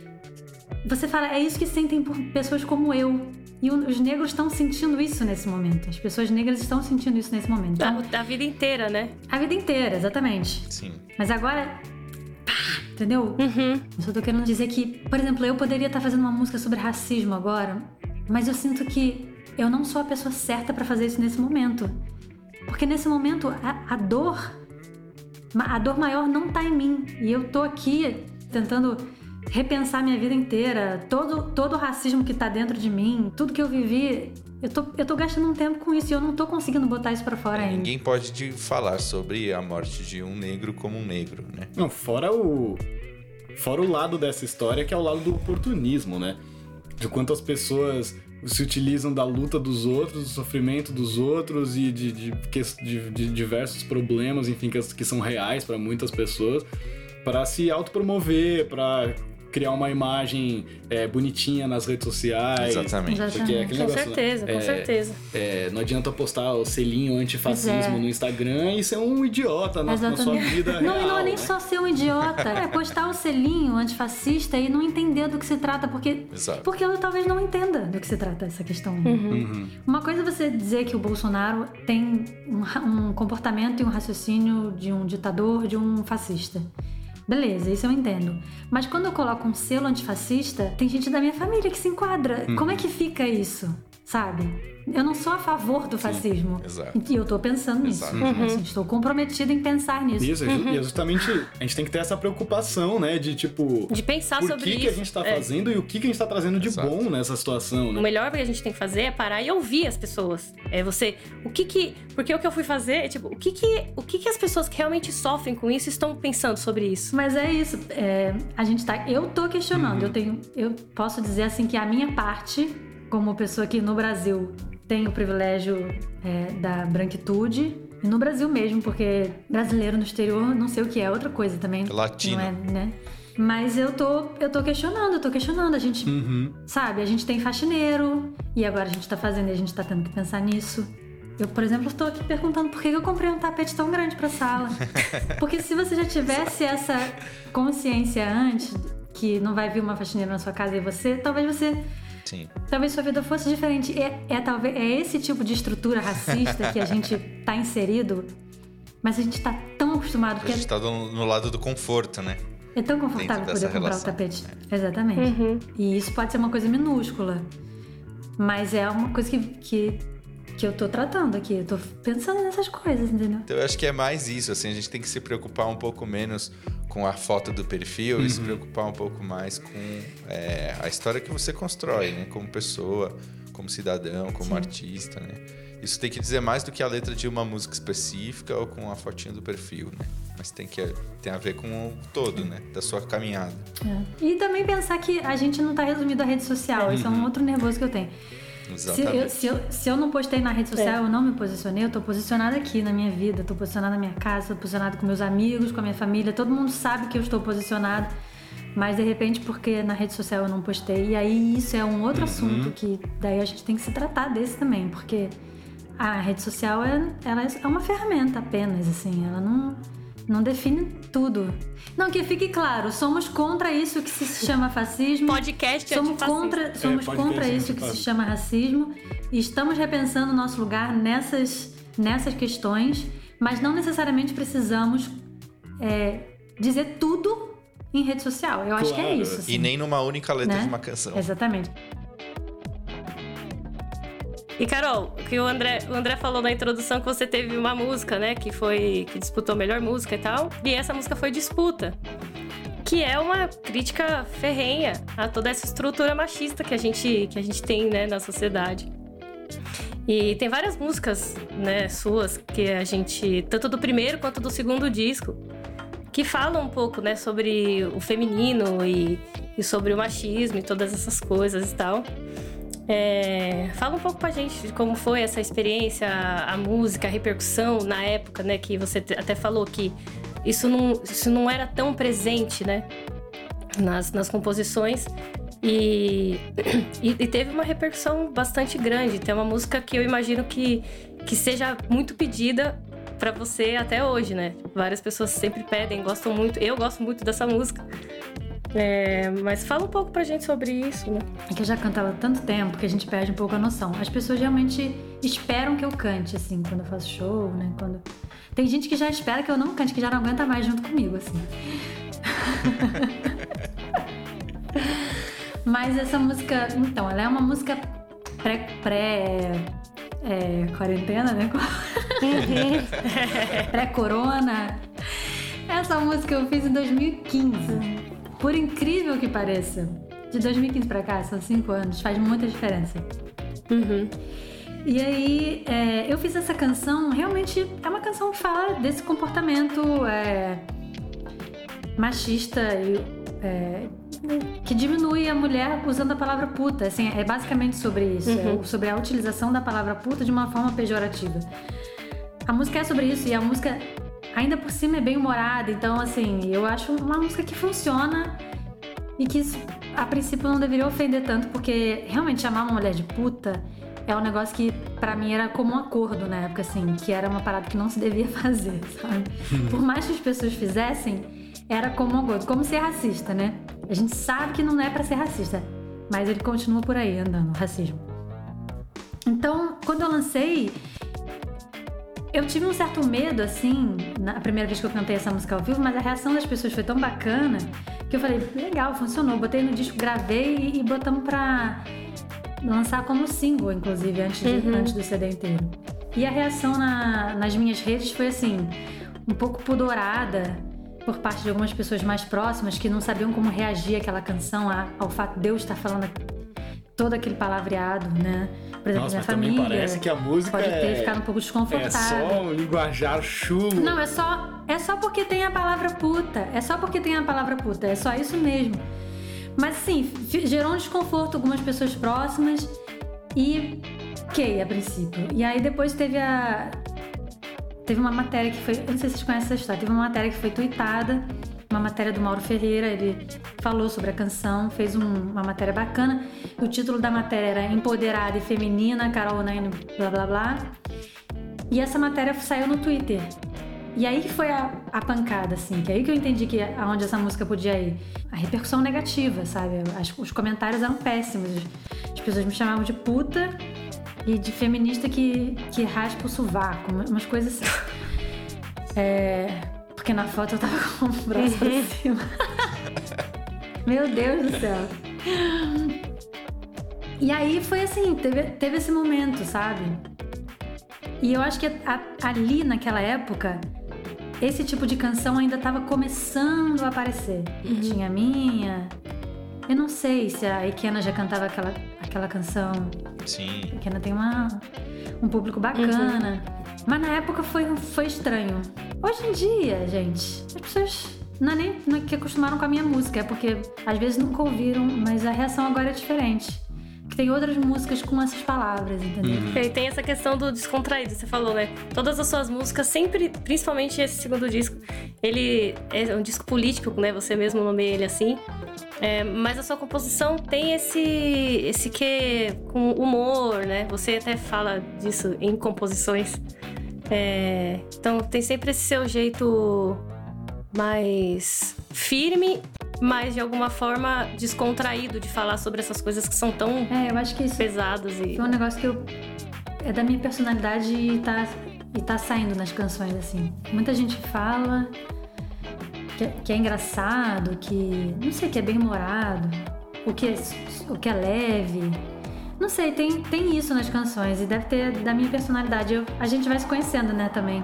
Você fala, é isso que sentem por pessoas como eu. E os negros estão sentindo isso nesse momento. As pessoas negras estão sentindo isso nesse momento. Então, a, a vida inteira, né? A vida inteira, exatamente. Sim. Mas agora... Pá, entendeu? Uhum. Eu só tô querendo dizer que, por exemplo, eu poderia estar fazendo uma música sobre racismo agora, mas eu sinto que eu não sou a pessoa certa pra fazer isso nesse momento. Porque nesse momento, a, a dor... A dor maior não tá em mim. E eu tô aqui tentando... repensar minha vida inteira, todo, todo o racismo que tá dentro de mim, tudo que eu vivi, eu tô, eu tô gastando um tempo com isso e eu não tô conseguindo botar isso pra fora é, ainda. Ninguém pode de falar sobre a morte de um negro como um negro, né? Não, fora o... Fora o lado dessa história, que é o lado do oportunismo, né? De quanto as pessoas se utilizam da luta dos outros, do sofrimento dos outros e de, de, de, de diversos problemas, enfim, que, que são reais pra muitas pessoas, para se autopromover, para criar uma imagem é, bonitinha nas redes sociais. Exatamente. Porque é aquele Com negócio, certeza, né? com é, certeza. É, não adianta postar o selinho antifascismo É. no Instagram e ser um idiota na, na sua vida não, real. não é nem né? só ser um idiota, é postar o selinho antifascista e não entender do que se trata, porque, Exato. porque eu talvez não entenda do que se trata essa questão. Uhum. Uma coisa é você dizer que o Bolsonaro tem um, ra- um comportamento e um raciocínio de um ditador, de um fascista. Beleza, isso eu entendo. Mas quando eu coloco um selo antifascista, tem gente da minha família que se enquadra. Uhum. Como é que fica isso? Sabe? Eu não sou a favor do fascismo. exato. E eu tô pensando nisso. Exato. Uhum. Assim, estou comprometida em pensar nisso. Isso, e é justamente a gente tem que ter essa preocupação, né? De tipo, De pensar por sobre que, isso. que a gente tá É. fazendo e o que, que a gente tá trazendo de Exato. bom nessa situação, O né? melhor que a gente tem que fazer é parar e ouvir as pessoas. É você, o que que, porque o que eu fui fazer é tipo, o que que, o que que as pessoas que realmente sofrem com isso estão pensando sobre isso? Mas é isso, é, a gente tá. Eu tô questionando, Uhum. eu tenho. Eu posso dizer assim que a minha parte, como pessoa que no Brasil tem o privilégio é, da branquitude, e no Brasil mesmo, porque brasileiro no exterior não sei o que é, outra coisa também. Latino. Não é, né? Mas eu tô, eu tô questionando, eu tô questionando. A gente, Uhum. sabe, a gente tem faxineiro, e agora a gente tá fazendo e a gente tá tendo que pensar nisso. Eu, por exemplo, estou aqui perguntando por que eu comprei um tapete tão grande pra sala. Porque se você já tivesse essa consciência antes, que não vai vir uma faxineira na sua casa e você, talvez você... Sim. Talvez sua vida fosse diferente. É, é, talvez, é esse tipo de estrutura racista que a gente tá inserido, mas a gente tá tão acostumado, A porque gente tá do- no lado do conforto, né? é tão confortável dentro poder dessa comprar o relação. tapete. Exatamente. Uhum. E isso pode ser uma coisa minúscula, mas é uma coisa que, que, que eu tô tratando aqui. Eu tô pensando nessas coisas, entendeu? Então eu acho que é mais isso, assim, a gente tem que se preocupar um pouco menos com a foto do perfil e se preocupar um pouco mais com é, a história que você constrói, né? Como pessoa, como cidadão, como Sim. artista, né? Isso tem que dizer mais do que a letra de uma música específica ou com a fotinha do perfil, né? Mas tem que tem a ver com o todo, né? Da sua caminhada. É. E também pensar que a gente não tá resumido à rede social. Isso é um outro nervoso que eu tenho. Se Exatamente. eu, se, eu, se eu não postei na rede social, É. eu não me posicionei, eu tô posicionada aqui na minha vida, tô posicionada na minha casa, tô posicionada com meus amigos, com a minha família, todo mundo sabe que eu estou posicionada, mas de repente porque na rede social eu não postei, e aí isso é um outro assunto que daí a gente tem que se tratar desse também, porque a rede social é, ela é uma ferramenta apenas, assim, ela não, não define tudo. Não, que fique claro, somos contra isso que se chama fascismo. Podcast Somos antifascista. contra, somos podcast contra isso que se antifascista. chama racismo e estamos repensando o nosso lugar nessas, nessas questões, mas não necessariamente precisamos é, dizer tudo em rede social. Eu acho que é Claro. isso. assim, E nem numa única letra né? de uma canção. Exatamente. E Carol, o que o André, o André falou na introdução que você teve uma música, né, que foi que disputou a melhor música e tal, e essa música foi Disputa, que é uma crítica ferrenha a toda essa estrutura machista que a gente que a gente tem, né, na sociedade. E tem várias músicas, né, suas que a gente, tanto do primeiro quanto do segundo disco, que falam um pouco, né, sobre o feminino e, e sobre o machismo e todas essas coisas e tal. É, fala um pouco pra gente de como foi essa experiência, a, a música, a repercussão na época, né? Que você te- até falou que isso não, isso não era tão presente, né? Nas, nas composições. E, e, e teve uma repercussão bastante grande. Tem uma música que eu imagino que, que seja muito pedida pra você até hoje, né? Várias pessoas sempre pedem, gostam muito. Eu gosto muito dessa música. É, mas fala um pouco pra gente sobre isso, né? É que eu já cantava há tanto tempo que a gente perde um pouco a noção. As pessoas realmente esperam que eu cante, assim, quando eu faço show, né? Quando... Tem gente que já espera que eu não cante, que já não aguenta mais junto comigo, assim. Mas essa música, então, ela é uma música pré... pré é, quarentena, né? Pré-corona. Essa música eu fiz em dois mil e quinze. Por incrível que pareça, de dois mil e quinze pra cá, são cinco anos, faz muita diferença. Uhum. E aí, é, eu fiz essa canção, realmente é uma canção que fala desse comportamento é, machista e, é, que diminui a mulher usando a palavra puta. Assim, é basicamente sobre isso, uhum. é sobre a utilização da palavra puta de uma forma pejorativa. A música é sobre isso e a música... Ainda por cima é bem humorada, então assim, eu acho uma música que funciona e que a princípio não deveria ofender tanto, porque realmente chamar uma mulher de puta é um negócio que pra mim era como um acordo na época, assim, que era uma parada que não se devia fazer, sabe? Por mais que as pessoas fizessem, era como um acordo, como ser racista, né? A gente sabe que não é pra ser racista, mas ele continua por aí andando, o racismo. Então, quando eu lancei, eu tive um certo medo, assim, na primeira vez que eu cantei essa música ao vivo, mas a reação das pessoas foi tão bacana que eu falei, legal, funcionou. Botei no disco, gravei e, e botamos pra lançar como single, inclusive, antes, de, uhum. antes do C D inteiro. E a reação na, nas minhas redes foi, assim, um pouco pudorada por parte de algumas pessoas mais próximas que não sabiam como reagir àquela canção, a, ao fato de eu estar falando todo aquele palavreado, né? Por exemplo, Nossa, minha mas família também parece que a música pode ter é... ficado um pouco desconfortável. É só um linguajar chulo. Não, é só, é só porque tem a palavra puta. É só porque tem a palavra puta. É só isso mesmo. Mas sim, gerou um desconforto algumas pessoas próximas e ok, a princípio. E aí depois teve a... Teve uma matéria que foi... Eu não sei se vocês conhecem essa história. Teve uma matéria que foi tweetada, uma matéria do Mauro Ferreira. Ele falou sobre a canção, fez um, uma matéria bacana. O título da matéria era Empoderada e Feminina, Carol Nine, blá blá blá. E essa matéria saiu no Twitter. E aí que foi a, a pancada, assim, que aí que eu entendi que aonde essa música podia ir. A repercussão negativa, sabe? As, os comentários eram péssimos. As pessoas me chamavam de puta e de feminista que, que raspa o sovaco, umas coisas assim. É, porque na foto eu tava com o braço pra cima. Meu Deus do céu. E aí foi assim, teve, teve esse momento, sabe? E eu acho que a, ali naquela época, esse tipo de canção ainda tava começando a aparecer. Uhum. Tinha a minha... Eu não sei se a Ikena já cantava aquela, aquela canção. Sim. A Ikena tem uma, um público bacana. Uhum. Mas na época foi, foi estranho. Hoje em dia, gente, as pessoas não é nem não é que acostumaram com a minha música, é porque às vezes nunca ouviram, mas a reação agora é diferente. Que tem outras músicas com essas palavras, entendeu? Uhum. E tem essa questão do descontraído, você falou, né? Todas as suas músicas, sempre, principalmente esse segundo disco, ele é um disco político, né? Você mesmo nomeia ele assim. É, mas a sua composição tem esse, esse quê com humor, né? Você até fala disso em composições. É, então tem sempre esse seu jeito mais firme, mas de alguma forma descontraído de falar sobre essas coisas que são tão é, eu acho que isso pesadas. E... foi um negócio que eu, é da minha personalidade e tá, e tá saindo nas canções, assim. Muita gente fala que é, que é engraçado, que não sei, que é bem humorado, o que é, o que é leve. Não sei, tem, tem isso nas canções e deve ter da minha personalidade. Eu, a gente vai se conhecendo, né, também.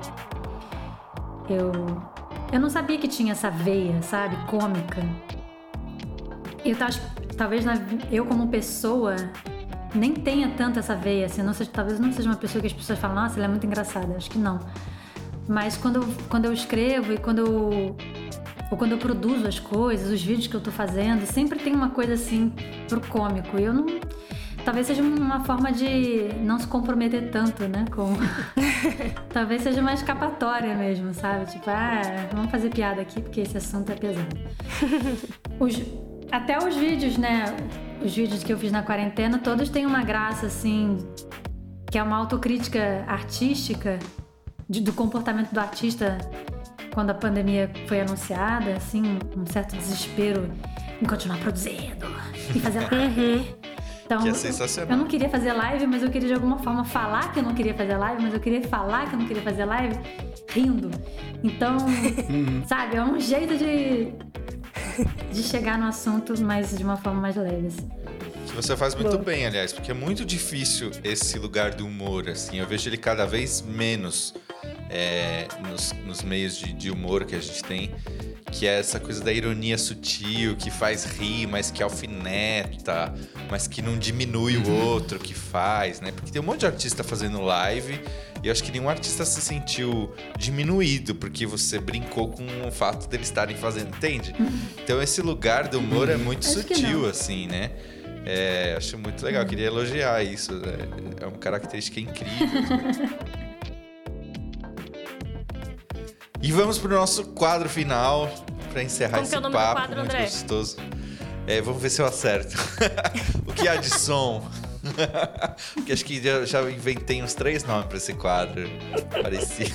Eu, eu não sabia que tinha essa veia, sabe, cômica. Eu acho, talvez na, eu como pessoa nem tenha tanto essa veia, assim, não seja, talvez não seja uma pessoa que as pessoas falam, nossa, ela é muito engraçada. Acho que não. Mas quando eu, quando eu escrevo e quando eu, ou quando eu produzo as coisas, os vídeos que eu tô fazendo, sempre tem uma coisa assim pro cômico. E eu não... Talvez seja uma forma de não se comprometer tanto, né? Com... Talvez seja uma escapatória mesmo, sabe? Tipo, ah, vamos fazer piada aqui porque esse assunto é pesado. Os... Até os vídeos, né? Os vídeos que eu fiz na quarentena, todos têm uma graça, assim, que é uma autocrítica artística de, do comportamento do artista quando a pandemia foi anunciada, assim, um certo desespero em continuar produzindo e fazer live. Então, Que é sensacional. eu não queria fazer live, mas eu queria de alguma forma falar que eu não queria fazer live, mas eu queria falar que eu não queria fazer live rindo. Então, sabe, é um jeito de, de chegar no assunto, mas de uma forma mais leve, assim. Que você faz muito Bom. bem, aliás, porque é muito difícil esse lugar do humor, assim. Eu vejo ele cada vez menos é, nos, nos meios de, de humor que a gente tem, que é essa coisa da ironia sutil, que faz rir, mas que alfineta, mas que não diminui o outro que faz, né? Porque tem um monte de artista fazendo live e eu acho que nenhum artista se sentiu diminuído porque você brincou com o fato deles estarem fazendo, entende? Então esse lugar do humor é muito Acho que sutil, não. assim, né? É, acho muito legal, queria elogiar isso. É, é uma característica incrível. E vamos pro nosso quadro final, pra encerrar Como que esse é o nome do papo quadro, muito André? gostoso. É, vamos ver se eu acerto. O que há de som? Porque acho que já, já inventei uns três nomes pra esse quadro parecido.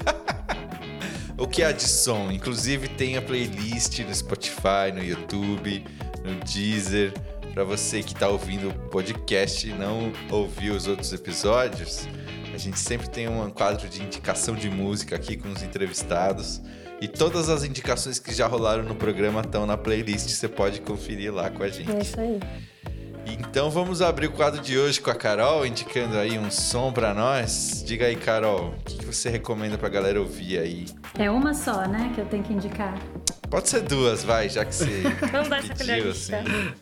O que há de som? Inclusive tem a playlist no Spotify, no YouTube, no Deezer. Pra você que tá ouvindo o podcast e não ouviu os outros episódios, a gente sempre tem um quadro de indicação de música aqui com os entrevistados. E todas as indicações que já rolaram no programa estão na playlist. Você pode conferir lá com a gente. É isso aí. Então vamos abrir o quadro de hoje com a Carol, indicando aí um som pra nós. Diga aí, Carol, o que que você recomenda pra galera ouvir aí? É uma só, né, que eu tenho que indicar. Pode ser duas, vai, já que você Vamos dar essa colher pediu, de assim. chá.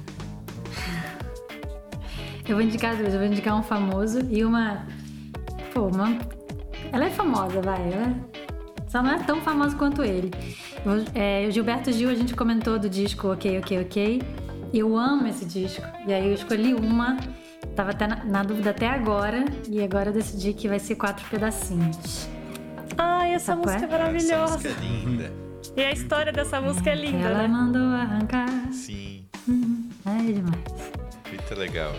Eu vou indicar duas. Eu vou indicar um famoso e uma... Pô, uma... Ela é famosa, vai. Ela só não é tão famosa quanto ele. Eu, é, o Gilberto Gil, a gente comentou do disco Ok, Ok, Ok. Eu amo esse disco. E aí eu escolhi uma. Tava até na, na dúvida até agora. E agora eu decidi que vai ser Quatro Pedacinhos. Ai, essa Sabe qual música é é? maravilhosa. Essa música é linda. E a história dessa música é linda, Ela né? mandou arrancar. Sim, É demais. muito legal.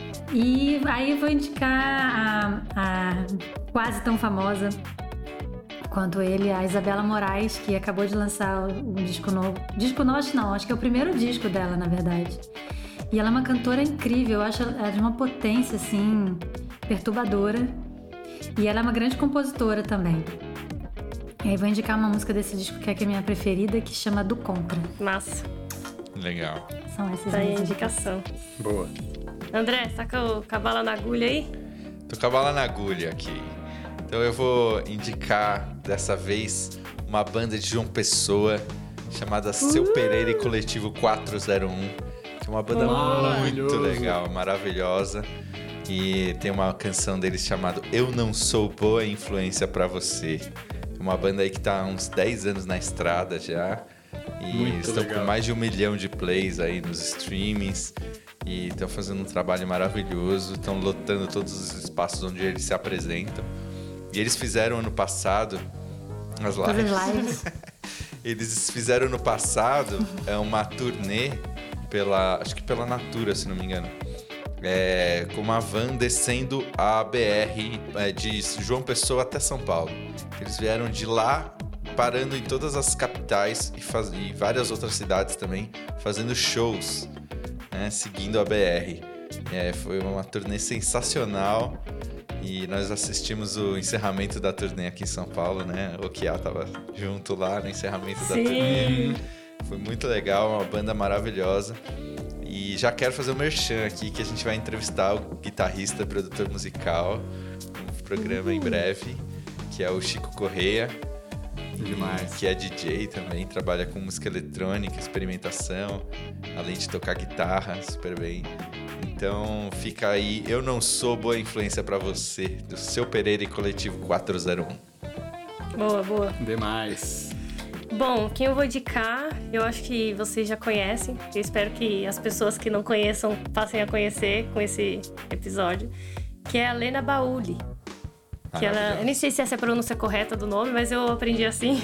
E aí eu vou indicar a, a quase tão famosa quanto ele, a Isabela Moraes, que acabou de lançar um disco novo. Disco novo, acho não, acho que é o primeiro disco dela, na verdade. E ela é uma cantora incrível, eu acho ela de uma potência, assim, perturbadora. E ela é uma grande compositora também. E aí vou indicar uma música desse disco que é que é a minha preferida, que chama Do Contra. Massa. Legal. São essas Tá aí a minhas indicação. Boa. André, saca o cavalo na agulha aí? Tô com a bala na agulha aqui. Então eu vou indicar dessa vez uma banda de João Pessoa chamada Seu Pereira e Coletivo quatro zero um, que é uma banda muito Maravilhoso. legal, maravilhosa. E tem uma canção deles chamada Eu Não Sou Boa Influência Pra Você. É uma banda aí que tá há uns dez anos na estrada já. E Muito estão legal. com mais de um milhão de plays aí nos streamings. E estão fazendo um trabalho maravilhoso. Estão lotando todos os espaços onde eles se apresentam. E eles fizeram ano passado as Todas lives. as lives. Eles fizeram no passado é uma turnê pela, acho que pela Natura, se não me engano, é, com uma van descendo a B R é, de João Pessoa até São Paulo. Eles vieram de lá, parando em todas as capitais e, faz, e várias outras cidades também, fazendo shows, né, seguindo a B R. É, foi uma turnê sensacional. E nós assistimos o encerramento da turnê aqui em São Paulo, né? O Kia tava junto lá no encerramento da Sim. turnê. Foi muito legal, uma banda maravilhosa. E já quero fazer o merchan aqui, que a gente vai entrevistar o guitarrista, produtor musical, no programa em breve, que é o Chico Correia. Demais. Que é D J também, trabalha com música eletrônica, experimentação, além de tocar guitarra super bem. Então fica aí, Eu Não Sou Boa Influência Pra Você, do Seu Pereira e Coletivo quatro zero um. Boa, boa. Demais. Bom, quem eu vou indicar, eu acho que vocês já conhecem. Eu espero que as pessoas que não conheçam passem a conhecer com esse episódio, que é a Lena Bauli. Que ela, eu nem sei se essa é a pronúncia correta do nome, mas eu aprendi assim.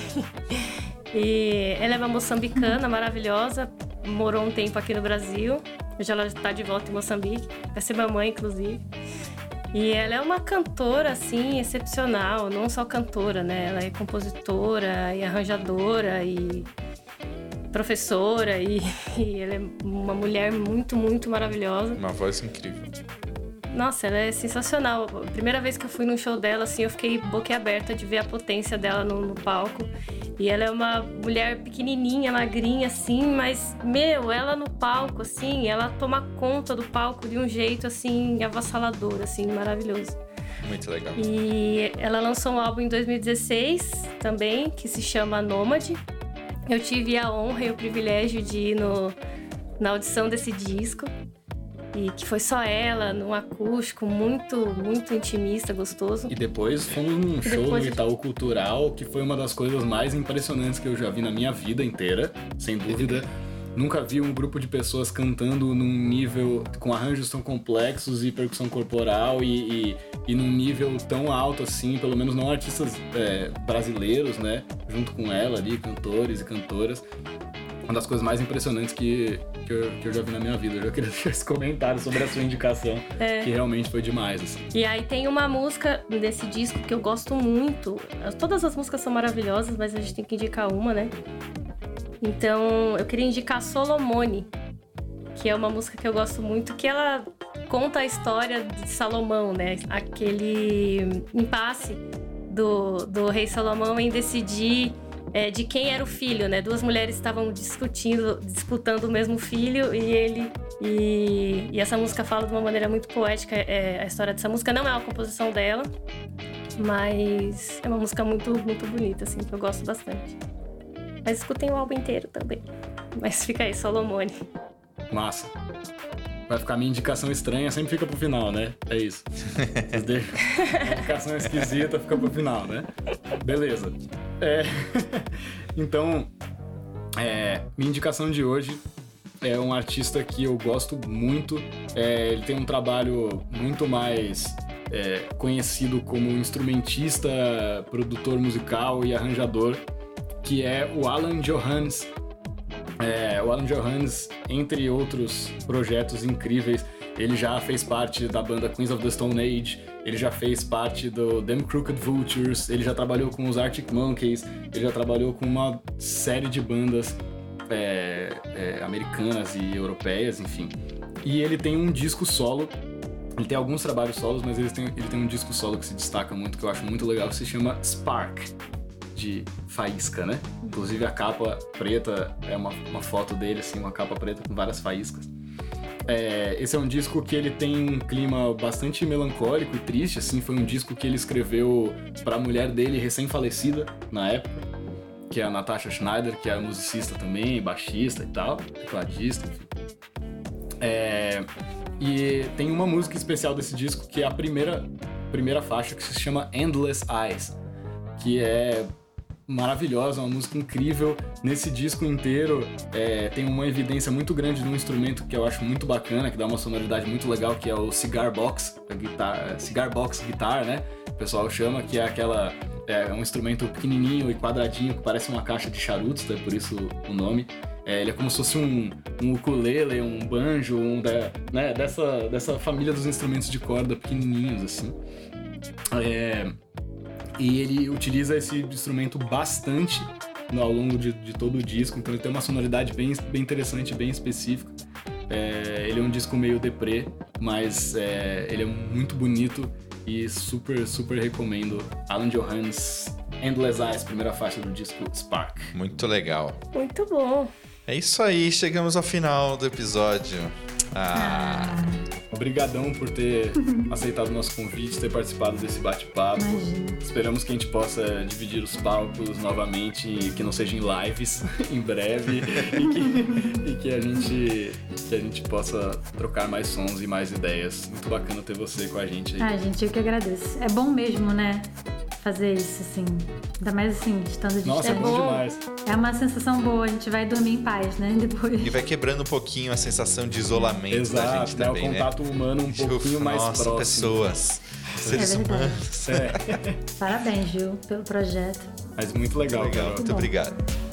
E ela é uma moçambicana maravilhosa, morou um tempo aqui no Brasil. Hoje ela está de volta em Moçambique, vai ser mamãe, inclusive. E ela é uma cantora, assim, excepcional. Não só cantora, né? Ela é compositora e arranjadora e professora. E, e ela é uma mulher muito, muito maravilhosa. Uma voz incrível. Nossa, ela é sensacional. A primeira vez que eu fui num show dela, assim, eu fiquei boquiaberta de ver a potência dela no, no palco. E ela é uma mulher pequenininha, magrinha, assim, mas, meu, ela no palco, assim, ela toma conta do palco de um jeito, assim, avassalador, assim, maravilhoso. Muito legal. E ela lançou um álbum em dois mil e dezesseis também, que se chama Nômade. Eu tive a honra e o privilégio de ir no, na audição desse disco. E que foi só ela, num acústico muito, muito intimista, gostoso. E depois fomos num show depois... no Itaú Cultural, que foi uma das coisas mais impressionantes que eu já vi na minha vida inteira, sem dúvida. Nunca vi um grupo de pessoas cantando num nível com arranjos tão complexos e percussão corporal e, e, e num nível tão alto assim, pelo menos não artistas é, brasileiros, né? Junto com ela ali, cantores e cantoras. Uma das coisas mais impressionantes que, que, eu, que eu já vi na minha vida. Eu já queria deixar esse comentário sobre a sua indicação, é. que realmente foi demais. Assim. E aí tem uma música desse disco que eu gosto muito. Todas as músicas são maravilhosas, mas a gente tem que indicar uma, né? Então, eu queria indicar Solomone, que é uma música que eu gosto muito, que ela conta a história de Salomão, né? Aquele impasse do, do rei Salomão em decidir... É, de quem era o filho, né? Duas mulheres estavam discutindo, disputando o mesmo filho e ele... E, e essa música fala de uma maneira muito poética. É, a história dessa música não é uma composição dela, mas é uma música muito, muito bonita, assim, que eu gosto bastante. Mas escutem o álbum inteiro também. Mas fica aí, Solomone. Massa. Vai ficar minha indicação estranha, sempre fica pro final, né? É isso. Vocês deixam. A indicação esquisita fica pro final, né? Beleza. É... Então, é... minha indicação de hoje é um artista que eu gosto muito. É... Ele tem um trabalho muito mais é... conhecido como instrumentista, produtor musical e arranjador, que é o Alan Johannes. É, o Alan Johannes, entre outros projetos incríveis, ele já fez parte da banda Queens of the Stone Age, ele já fez parte do Them Crooked Vultures, ele já trabalhou com os Arctic Monkeys, ele já trabalhou com uma série de bandas é, é, americanas e europeias, enfim. E ele tem um disco solo, ele tem alguns trabalhos solos, mas ele tem, ele tem um disco solo que se destaca muito, que eu acho muito legal, que se chama Spark, de faísca, né? Inclusive a capa preta é uma, uma foto dele, assim, uma capa preta com várias faíscas. É, esse é um disco que ele tem um clima bastante melancólico e triste, assim, foi um disco que ele escreveu para a mulher dele recém-falecida na época, que é a Natasha Schneider, que é musicista também, baixista e tal, tecladista, enfim. É, e tem uma música especial desse disco que é a primeira, primeira faixa, que se chama Endless Eyes, que é maravilhosa, uma música incrível. Nesse disco inteiro é, tem uma evidência muito grande de um instrumento que eu acho muito bacana, que dá uma sonoridade muito legal, que é o cigar box, a guitarra, cigar box guitar, né? O pessoal chama, que é aquela é um instrumento pequenininho e quadradinho que parece uma caixa de charutos, né? Por isso o nome. É, ele é como se fosse um, um ukulele, um banjo, um da, né? dessa, dessa família dos instrumentos de corda pequenininhos, assim. É... E ele utiliza esse instrumento bastante ao longo de, de todo o disco, então ele tem uma sonoridade bem, bem interessante, bem específica. É, ele é um disco meio deprê, mas é, ele é muito bonito e super, super recomendo. Alan Johannes, Endless Eyes, primeira faixa do disco Spark. Muito legal. Muito bom. É isso aí, chegamos ao final do episódio. Ah... Obrigadão por ter aceitado o nosso convite, ter participado desse bate-papo. Imagina. Esperamos que a gente possa dividir os palcos novamente, e que não seja em lives em breve, e, que, e que, a gente, que a gente possa trocar mais sons e mais ideias. Muito bacana ter você com a gente aí. Ah, gente, eu que agradeço. É bom mesmo, né? Fazer isso, assim. Ainda mais assim, estando distante. Nossa, é bom demais. É uma sensação boa, a gente vai dormir em paz, né? Depois. E vai quebrando um pouquinho a sensação de isolamento Exato, da gente né? também, O contato né? humano um pouquinho mais Nossa, próximo. pessoas, seres É verdade. humanos. É. Parabéns, Gil, pelo projeto. Mas muito legal, Muito legal, Carol. muito bom. obrigado.